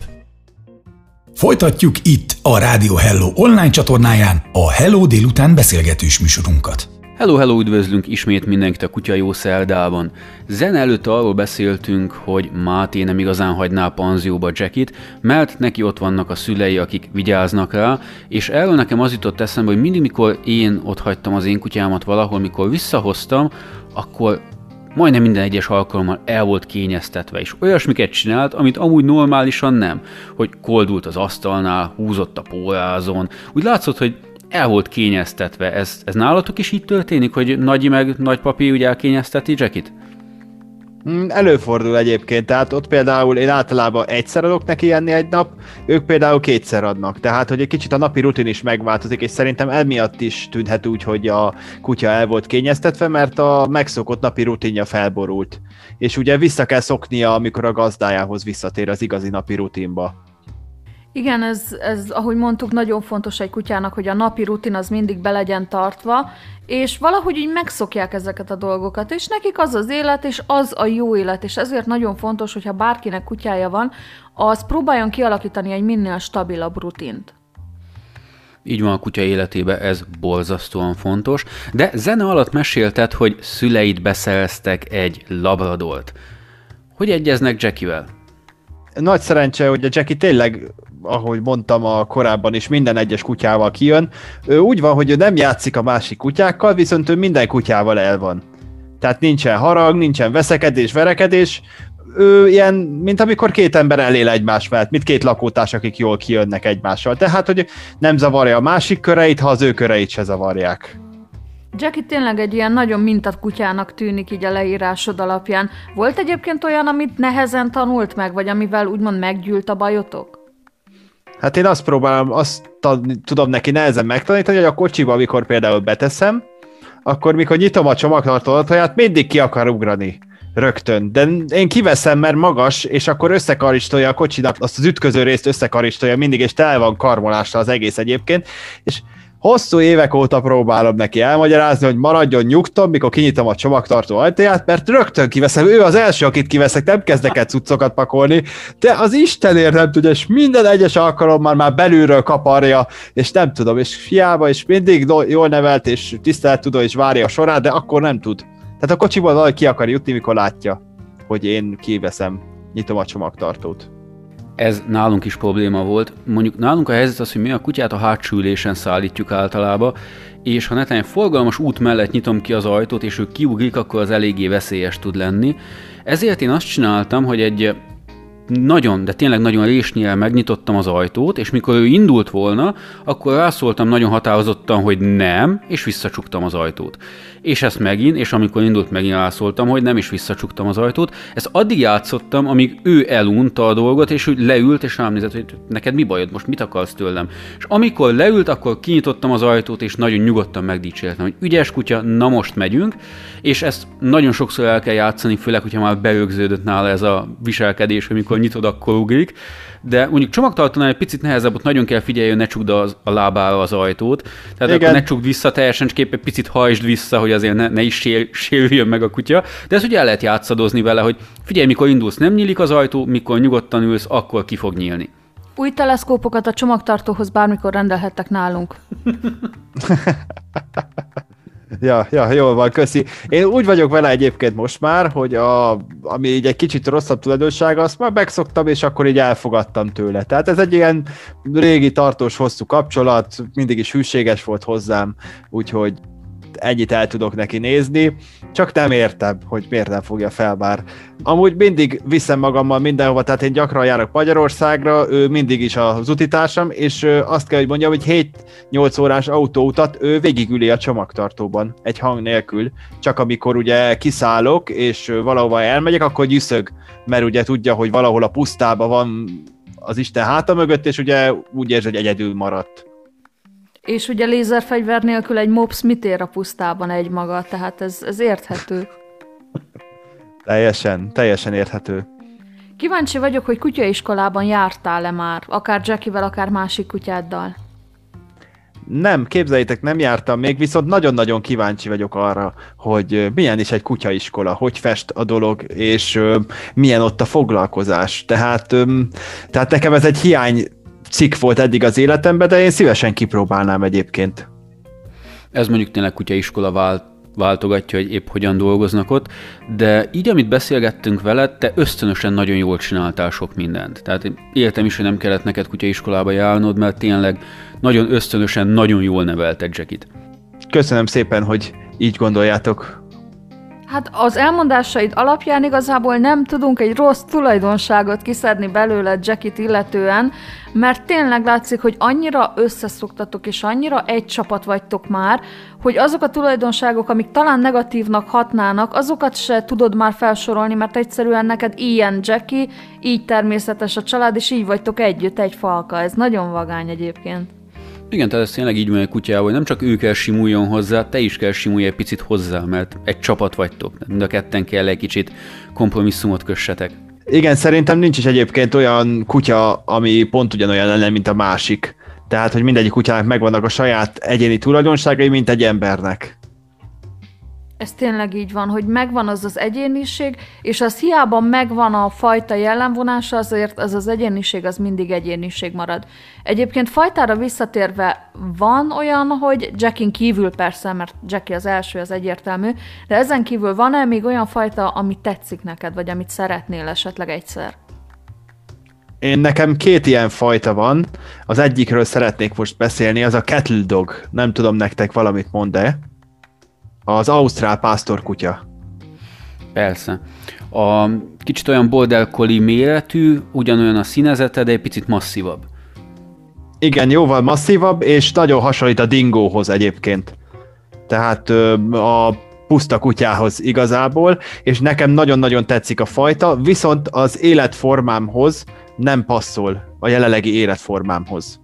Folytatjuk itt a Rádió Hello online csatornáján a Hello délután beszélgetős műsorunkat. Hello, hello, üdvözlünk ismét mindenkit a Kutya Jó Szerdában. Zene előtt arról beszéltünk, hogy Máté nem igazán hagyná panzióba Jackit, mert neki ott vannak a szülei, akik vigyáznak rá, és erről nekem az jutott eszembe, hogy mindig, mikor én ott hagytam az én kutyámat valahol, mikor visszahoztam, akkor majdnem minden egyes alkalommal el volt kényeztetve, és olyasmiket csinált, amit amúgy normálisan nem. Hogy koldult az asztalnál, húzott a pórázon, úgy látszott, hogy el volt kényeztetve. Ez, ez nálatok is így történik, hogy nagyi meg nagypapi úgy elkényezteti Jackit? Előfordul egyébként, tehát ott például én általában egyszer adok neki enni egy nap, ők például kétszer adnak, tehát hogy egy kicsit a napi rutin is megváltozik, és szerintem emiatt is tűnhet úgy, hogy a kutya el volt kényeztetve, mert a megszokott napi rutinja felborult. És ugye vissza kell szoknia, amikor a gazdájához visszatér az igazi napi rutinba. Igen, ez, ez, ahogy mondtuk, nagyon fontos egy kutyának, hogy a napi rutin az mindig be legyen tartva, és valahogy így megszokják ezeket a dolgokat, és nekik az az élet, és az a jó élet, és ezért nagyon fontos, hogyha bárkinek kutyája van, az próbáljon kialakítani egy minél stabilabb rutint. Így van, a kutya életében ez borzasztóan fontos, de zene alatt mesélted, hogy szüleid beszereztek egy labradort. Hogy egyeznek Jackivel? Nagy szerencse, hogy a Jackie tényleg, ahogy mondtam a korábban is, minden egyes kutyával kijön. Ő úgy van, hogy ő nem játszik a másik kutyákkal, viszont ő minden kutyával el van. Tehát nincsen harag, nincsen veszekedés, verekedés. Ő ilyen, mint amikor két ember elél egymás mellett, mint két lakótárs, akik jól kijönnek egymással. Tehát, hogy nem zavarja a másik köreit, ha az ő köreit se zavarják. Jackie tényleg egy ilyen nagyon mintat kutyának tűnik így a leírásod alapján. Volt egyébként olyan, amit nehezen tanult meg, vagy amivel úgymond meggyűlt a bajotok? Hát én azt próbálom, azt tudom neki nehezen megtanítani, hogy a kocsiba, amikor például beteszem, akkor mikor nyitom a csomagtartó ajtaját, mindig ki akar ugrani. Rögtön. De én kiveszem, mert magas, és akkor összekaristolja a kocsinak, azt az ütköző részt összekaristolja mindig, és tele van karmolással az egész egyébként, és hosszú évek óta próbálom neki elmagyarázni, hogy maradjon nyugton, mikor kinyitom a csomagtartó ajtaját, mert rögtön kiveszem, ő az első, akit kiveszek, nem kezdek el cuccokat pakolni, de az Istenért nem tudja, és minden egyes alkalommal már belülről kaparja, és nem tudom, és hiába, és mindig jól nevelt, és tisztelettudó, és várja a sorát, de akkor nem tud. Tehát a kocsiból valahogy ki akar jutni, mikor látja, hogy én kiveszem, nyitom a csomagtartót. ez nálunk is probléma volt. Mondjuk nálunk a helyzet az, hogy mi a kutyát a hátsó ülésen szállítjuk általában, és ha netán egy forgalmas út mellett nyitom ki az ajtót, és ő kiugrik, akkor az eléggé veszélyes tud lenni. Ezért én azt csináltam, hogy egy nagyon, de tényleg nagyon résnyire megnyitottam az ajtót, és mikor ő indult volna, akkor rászóltam nagyon határozottan, hogy nem, és visszacsuktam az ajtót. És ezt megint, és amikor indult, megint rászóltam, hogy nem, és visszacsuktam az ajtót. Ezt addig játszottam, amíg ő elunta a dolgot, és úgy leült, és rám nézett, hogy neked mi bajod, most mit akarsz tőlem? És amikor leült, akkor kinyitottam az ajtót, és nagyon nyugodtan megdicsértem, hogy ügyes kutya, na most megyünk, és ezt nagyon sokszor el kell játszani, főleg, hogyha már berögződött nála ez a viselkedés, amikor nyitod, akkor ugrik, de mondjuk csomagtartónál egy picit nehezebb, ott nagyon kell figyelni, hogy ne csukd az, a lábára az ajtót, tehát igen. Akkor ne csukd vissza teljesen, csak épp egy picit hajtsd vissza, hogy azért ne, ne is sér, sérüljön meg a kutya, de ezt ugye el lehet játszadozni vele, hogy figyelj, mikor indulsz, nem nyílik az ajtó, mikor nyugodtan ülsz, akkor ki fog nyílni. Új teleszkópokat a csomagtartóhoz bármikor rendelhettek nálunk. Ja, ja, jól van, köszi. Én úgy vagyok vele egyébként most már, hogy a, ami így egy kicsit rosszabb tulajdonsága, azt már megszoktam, és akkor így elfogadtam tőle. Tehát ez egy ilyen régi, tartós, hosszú kapcsolat, mindig is hűséges volt hozzám, úgyhogy ennyit el tudok neki nézni, csak nem értem, hogy miért nem fogja fel bár. Amúgy mindig viszem magammal mindenhova, tehát én gyakran járok Magyarországra, ő mindig is az utitársam, és azt kell, hogy mondjam, hogy hét-nyolc órás autóutat ő végigüli a csomagtartóban, egy hang nélkül, csak amikor ugye kiszállok, és valahova elmegyek, akkor gyüszög, mert ugye tudja, hogy valahol a pusztában van az Isten háta mögött, és ugye úgy érzi, hogy egyedül maradt. És ugye lézerfegyver nélkül egy mops mit ér a pusztában egy maga, tehát ez, ez érthető. Teljesen, teljesen érthető. Kíváncsi vagyok, hogy kutyaiskolában jártál-e már, akár Jackivel, akár másik kutyáddal? Nem, képzeljétek, nem jártam még, viszont nagyon-nagyon kíváncsi vagyok arra, hogy milyen is egy kutyaiskola, hogy fest a dolog, és milyen ott a foglalkozás. Tehát, tehát nekem ez egy hiány cikk volt eddig az életemben, de én szívesen kipróbálnám egyébként. Ez mondjuk tényleg kutyaiskola vált, váltogatja, hogy épp hogyan dolgoznak ott, de így, amit beszélgettünk veled, te ösztönösen nagyon jól csináltál sok mindent. Tehát értem is, hogy nem kellett neked kutyaiskolába járnod, mert tényleg nagyon ösztönösen, nagyon jól nevelted Jackit. Köszönöm szépen, hogy így gondoljátok. Hát az elmondásaid alapján igazából nem tudunk egy rossz tulajdonságot kiszedni belőle Jackit illetően, mert tényleg látszik, hogy annyira összeszoktatok és annyira egy csapat vagytok már, hogy azok a tulajdonságok, amik talán negatívnak hatnának, azokat se tudod már felsorolni, mert egyszerűen neked ilyen Jackie, így természetes a család, és így vagytok együtt, egy falka. Ez nagyon vagány egyébként. Igen, tehát ez tényleg így van a kutyával, hogy nem csak ő kell simuljon hozzá, te is kell simulj egy picit hozzá, mert egy csapat vagytok. Mind a ketten kell egy kicsit kompromisszumot kössetek. Igen, szerintem nincs is egyébként olyan kutya, ami pont ugyanolyan lenne, mint a másik. Tehát, hogy mindegyik kutyának megvannak a saját egyéni tulajdonságai, mint egy embernek. Ez tényleg így van, hogy megvan az az egyéniség, és az hiába megvan a fajta jellemvonása, azért az az egyéniség az mindig egyéniség marad. Egyébként fajtára visszatérve van olyan, hogy Jackin kívül persze, mert Jackie az első, az egyértelmű, de ezen kívül van-e még olyan fajta, ami tetszik neked, vagy amit szeretnél esetleg egyszer? Én nekem két ilyen fajta van, az egyikről szeretnék most beszélni, az a Cattle Dog. Nem tudom, nektek valamit mond-e? Az ausztrál pásztorkutya. Persze. A kicsit olyan border collie méretű, ugyanolyan a színezete, de egy picit masszívabb. Igen, jóval masszívabb, és nagyon hasonlít a dingóhoz egyébként. Tehát a puszta kutyához igazából, és nekem nagyon-nagyon tetszik a fajta, viszont az életformámhoz nem passzol, a jelenlegi életformámhoz.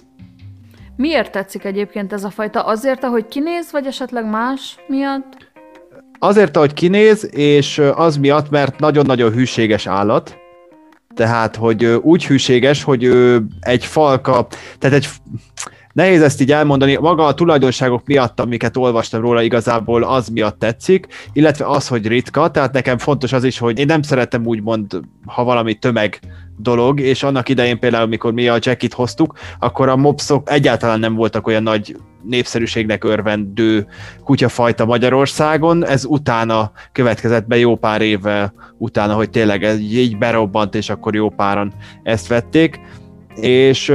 Miért tetszik egyébként ez a fajta? Azért, ahogy kinéz, vagy esetleg más miatt? Azért, ahogy kinéz, és az miatt, mert nagyon-nagyon hűséges állat. Tehát, hogy úgy hűséges, hogy ő egy falka, tehát egy, nehéz ezt így elmondani, maga a tulajdonságok miatt, amiket olvastam róla, igazából az miatt tetszik, illetve az, hogy ritka, tehát nekem fontos az is, hogy én nem szeretem úgymond, ha valami tömeg dolog, és annak idején például, amikor mi a Jackit hoztuk, akkor a mopszok egyáltalán nem voltak olyan nagy népszerűségnek örvendő kutyafajta Magyarországon, ez utána következett be jó pár évvel utána, hogy tényleg ez így berobbant, és akkor jó páran ezt vették, és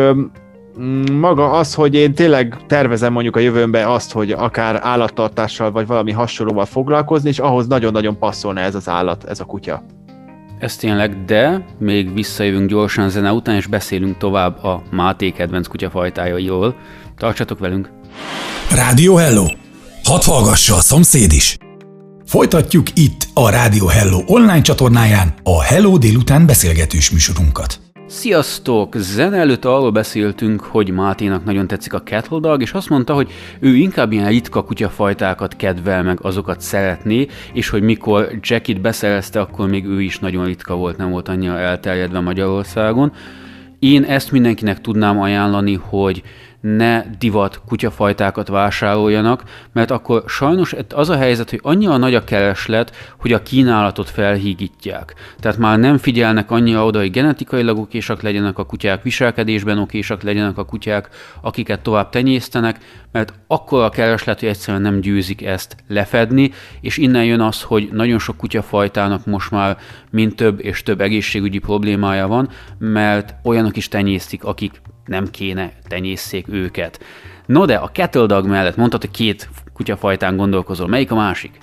maga az, hogy én tényleg tervezem mondjuk a jövőmben azt, hogy akár állattartással vagy valami hasonlóval foglalkozni, és ahhoz nagyon-nagyon passzolna ez az állat, ez a kutya. Ez tényleg, de még visszajövünk gyorsan zene után, és beszélünk tovább a Máté kedvenc kutyafajtájairól. Tartsatok velünk! Rádió Hello! Hadd hallgassa a szomszéd is! Folytatjuk itt a Rádió Hello online csatornáján a Hello délután beszélgetős műsorunkat. Sziasztok! Zene előtt arról beszéltünk, hogy Máténak nagyon tetszik a Cattle Dog, és azt mondta, hogy ő inkább ilyen ritka kutyafajtákat kedvel, meg azokat szeretné, és hogy mikor Jackit beszerezte, akkor még ő is nagyon ritka volt, nem volt annyira elterjedve Magyarországon. Én ezt mindenkinek tudnám ajánlani, hogy ne divat kutyafajtákat vásároljanak, mert akkor sajnos az a helyzet, hogy annyira nagy a kereslet, hogy a kínálatot felhígítják. Tehát már nem figyelnek annyira oda, hogy genetikailag okésak legyenek a kutyák, viselkedésben okésak legyenek a kutyák, akiket tovább tenyésztenek, mert akkor a kereslet, hogy egyszerűen nem győzik ezt lefedni, és innen jön az, hogy nagyon sok kutyafajtának most már mind több és több egészségügyi problémája van, mert olyanok is tenyésztik, akik nem kéne tenyészszék őket. No de a Cattle Dog mellett mondtad, hogy két kutyafajtán gondolkozol. Melyik a másik?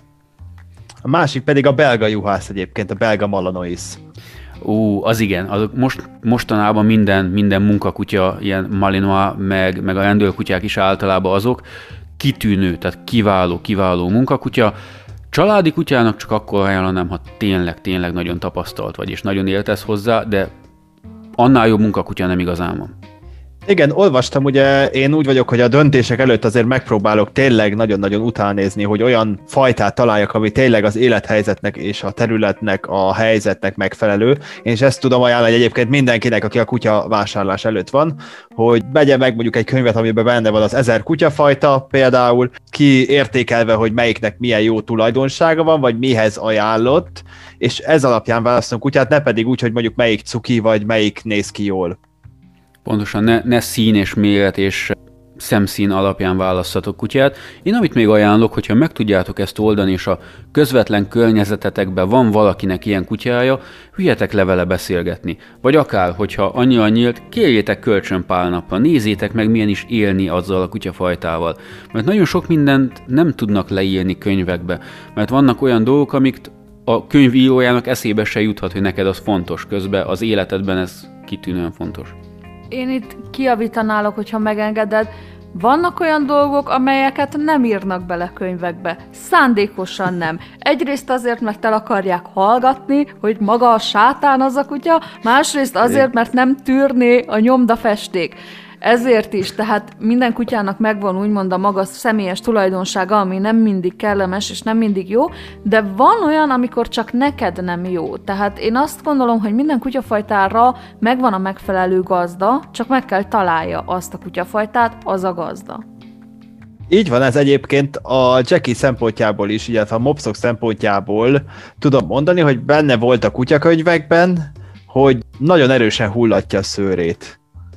A másik pedig a belga juhász egyébként, a belga Malinois. Ú, az igen. Az most, mostanában minden, minden munkakutya, ilyen Malinois, meg, meg a rendőrkutyák is általában azok. Kitűnő, tehát kiváló, kiváló munkakutya. Családi kutyának csak akkor ajánlanám, ha tényleg, tényleg nagyon tapasztalt vagy, és nagyon éltesz hozzá, de annál jobb munkakutya nem igazán van. Igen, olvastam, ugye én úgy vagyok, hogy a döntések előtt azért megpróbálok tényleg nagyon-nagyon utálnézni, hogy olyan fajtát találjak, ami tényleg az élethelyzetnek és a területnek, a helyzetnek megfelelő. Én is ezt tudom ajánlani egyébként mindenkinek, aki a kutya vásárlás előtt van, hogy vegye meg mondjuk egy könyvet, amiben benne van az ezer kutyafajta például, ki értékelve, hogy melyiknek milyen jó tulajdonsága van, vagy mihez ajánlott, és ez alapján választunk kutyát, ne pedig úgy, hogy mondjuk melyik cuki, vagy melyik néz ki jól. Pontosan, ne, ne szín és méret és szemszín alapján választatok kutyát. Én amit még ajánlok, hogyha meg tudjátok ezt oldani, és a közvetlen környezetetekben van valakinek ilyen kutyája, hülyetek le vele beszélgetni. Vagy akár, hogyha annyira nyílt, kérjétek kölcsön pár napra, nézzétek meg, milyen is élni azzal a kutyafajtával. Mert nagyon sok mindent nem tudnak leírni könyvekbe, mert vannak olyan dolgok, amik a könyvírójának eszébe se juthat, hogy neked az fontos, közben az életedben ez kitűnően fontos. Én itt kijavítanálok, hogyha megengeded. Vannak olyan dolgok, amelyeket nem írnak bele könyvekbe. Szándékosan nem. Egyrészt azért, mert el akarják hallgatni, hogy maga a sátán az a kutya, másrészt azért, mert nem tűrné a nyomdafesték. Ezért is, tehát minden kutyának megvan úgymond a maga személyes tulajdonsága, ami nem mindig kellemes és nem mindig jó, de van olyan, amikor csak neked nem jó. Tehát én azt gondolom, hogy minden kutyafajtára megvan a megfelelő gazda, csak meg kell találja azt a kutyafajtát, az a gazda. Így van, ez egyébként a Jackie szempontjából is, illetve a mopszok szempontjából tudom mondani, hogy benne volt a kutyakönyvekben, hogy nagyon erősen hullatja a szőrét.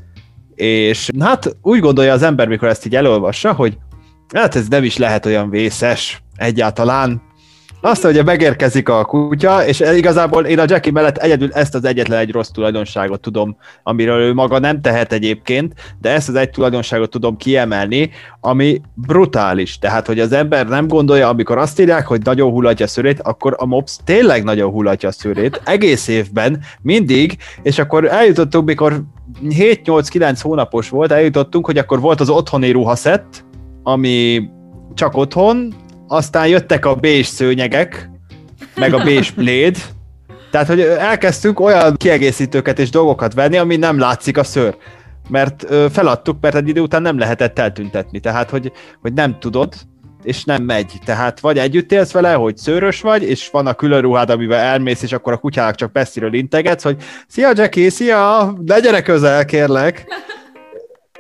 És hát úgy gondolja az ember, mikor ezt így elolvassa, hogy hát ez nem is lehet olyan vészes egyáltalán. Azt, hogy megérkezik a kutya, és igazából én a Jackie mellett egyedül ezt az egyetlen egy rossz tulajdonságot tudom, amiről ő maga nem tehet egyébként, de ezt az egy tulajdonságot tudom kiemelni, ami brutális. Tehát, hogy az ember nem gondolja, amikor azt írják, hogy nagyon hullatja a szőrét, akkor a mops tényleg nagyon hullatja a szőrét, egész évben, mindig, és akkor eljutottunk, mikor hét nyolc kilenc hónapos volt, eljutottunk, hogy akkor volt az otthoni ruhaszett, ami csak otthon, aztán jöttek a bés szőnyegek, meg a bés pléd, tehát, hogy elkezdtünk olyan kiegészítőket és dolgokat venni, ami nem látszik a szőr. Mert feladtuk, mert egy idő után nem lehetett eltüntetni, tehát, hogy, hogy nem tudod, és nem megy. Tehát vagy együtt élsz vele, hogy szőrös vagy, és van a külön ruhád, amivel elmész, és akkor a kutyának csak messziről integetsz, hogy szia Jackie, szia, ne gyere közel, kérlek.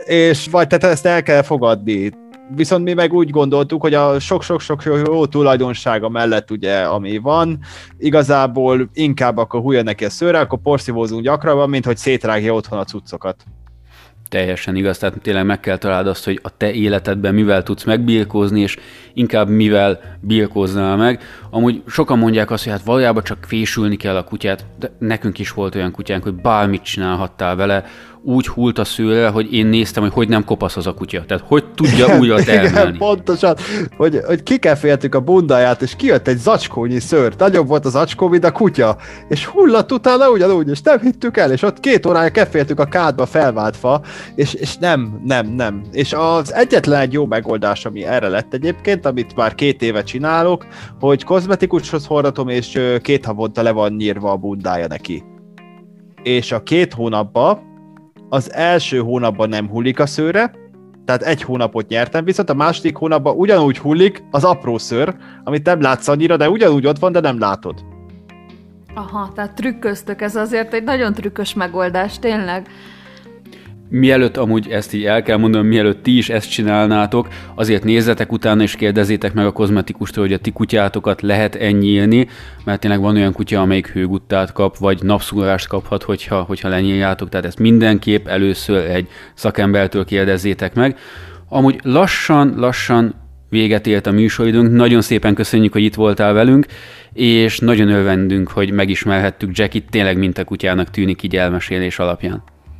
és vagy tehát ezt el kell fogadni. Viszont mi meg úgy gondoltuk, hogy a sok-sok-sok jó tulajdonsága mellett ugye, ami van, igazából inkább akkor hújja neki a szőre, akkor porszívózunk gyakrabban, mint hogy szétrágja otthon a cuccokat. Teljesen igaz, tehát tényleg meg kell találd azt, hogy a te életedben mivel tudsz megbirkózni, és inkább mivel birkóznál meg. Amúgy sokan mondják azt, hogy hát valójában csak fésülni kell a kutyát, de nekünk is volt olyan kutyánk, hogy bármit csinálhattál vele, úgy hult a szőre, hogy én néztem, hogy hogy nem kopasz az a kutya. Tehát hogy tudja újra termelni. Igen, pontosan, hogy, hogy kikeféltük a bundáját, és kijött egy zacskónyi szőr. Nagyobb volt az zacskó, mint a kutya. És hullott utána ugyanúgy, és nem hittük el, és ott két órája keféltük a kádba felváltva, és, és nem, nem, nem. És az egyetlen egy jó megoldás, ami erre lett egyébként, amit már két éve csinálok, hogy kozmetikushoz hordatom, és két havonta le van nyírva a bundája neki. És a két hónapban az első hónapban nem hullik a szőre, tehát egy hónapot nyertem, viszont a második hónapban ugyanúgy hullik az apró szőr, amit nem látsz annyira, de ugyanúgy ott van, de nem látod. Aha, tehát trükköztök, ez azért egy nagyon trükkös megoldás, tényleg. Mielőtt amúgy ezt így el kell mondanom, mielőtt ti is ezt csinálnátok, azért nézzetek utána és kérdezzétek meg a kozmetikustól, hogy a ti kutyátokat lehet ennyílni, mert tényleg van olyan kutya, amelyik hőguttát kap, vagy napszúrást kaphat, hogyha, hogyha lenyíljátok, tehát ezt mindenképp először egy szakembertől kérdezzétek meg. Amúgy lassan, lassan véget ért a műsoridőnk, nagyon szépen köszönjük, hogy itt voltál velünk, és nagyon örvendünk, hogy megismerhettük Jackit, tényleg mint a kutyának tűnik így elmesélés alapján.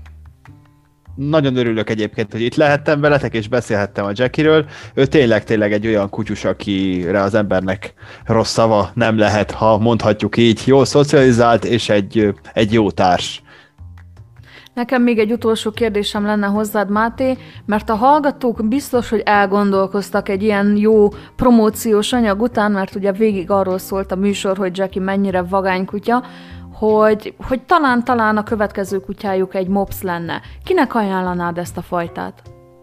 Nagyon örülök egyébként, hogy itt lehettem veletek, és beszélhettem a Jackiről. Ő tényleg-tényleg egy olyan kutyus, akire az embernek rossz szava nem lehet, ha mondhatjuk így. Jól szocializált, és egy, egy jó társ. Nekem még egy utolsó kérdésem lenne hozzád, Máté, mert a hallgatók biztos, hogy elgondolkoztak egy ilyen jó promóciós anyag után, mert ugye végig arról szólt a műsor, hogy Jackie mennyire vagány kutya, hogy, hogy talán-talán a következő kutyájuk egy mops lenne. Kinek ajánlanád ezt a fajtát?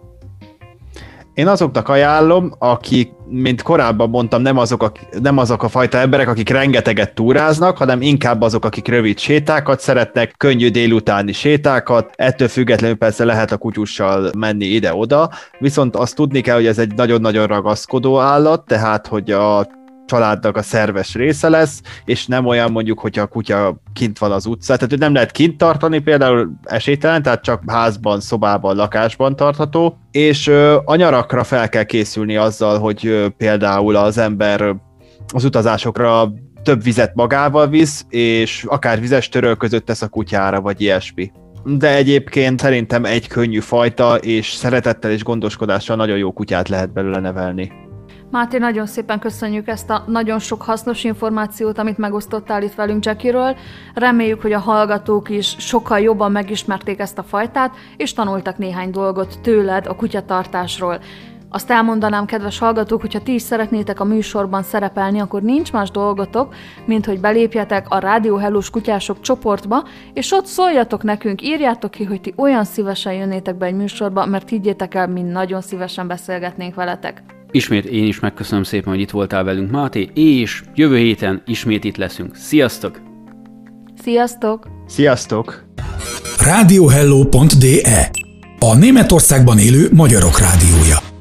Én azoknak ajánlom, akik, mint korábban mondtam, nem azok, a, nem azok a fajta emberek, akik rengeteget túráznak, hanem inkább azok, akik rövid sétákat szeretnek, könnyű délutáni sétákat, ettől függetlenül persze lehet a kutyussal menni ide-oda, viszont azt tudni kell, hogy ez egy nagyon-nagyon ragaszkodó állat, tehát hogy a családnak a szerves része lesz, és nem olyan mondjuk, hogyha a kutya kint van az utcán, tehát nem lehet kint tartani, például esélytelen, tehát csak házban, szobában, lakásban tartható, és ö, a nyarakra fel kell készülni azzal, hogy ö, például az ember az utazásokra több vizet magával visz, és akár vizes törölközött tesz a kutyára, vagy ilyesmi. De egyébként szerintem egy könnyű fajta, és szeretettel és gondoskodással nagyon jó kutyát lehet belőle nevelni. Máté, nagyon szépen köszönjük ezt a nagyon sok hasznos információt, amit megosztottál itt velünk Jackiről. Reméljük, hogy a hallgatók is sokkal jobban megismerték ezt a fajtát, és tanultak néhány dolgot tőled a kutyatartásról. Azt elmondanám, kedves hallgatók, hogyha ti is szeretnétek a műsorban szerepelni, akkor nincs más dolgotok, mint hogy belépjetek a Rádió Hellós kutyások csoportba, és ott szóljatok nekünk, írjátok ki, hogy ti olyan szívesen jönnétek be egy műsorba, mert higgyétek el, mi nagyon szívesen beszélgetnénk veletek. Ismét én is megköszönöm szépen, hogy itt voltál velünk, Máté, és jövő héten ismét itt leszünk. Sziasztok! Sziasztok! Sziasztok! rádióhello pont de a Németországban élő magyarok rádiója.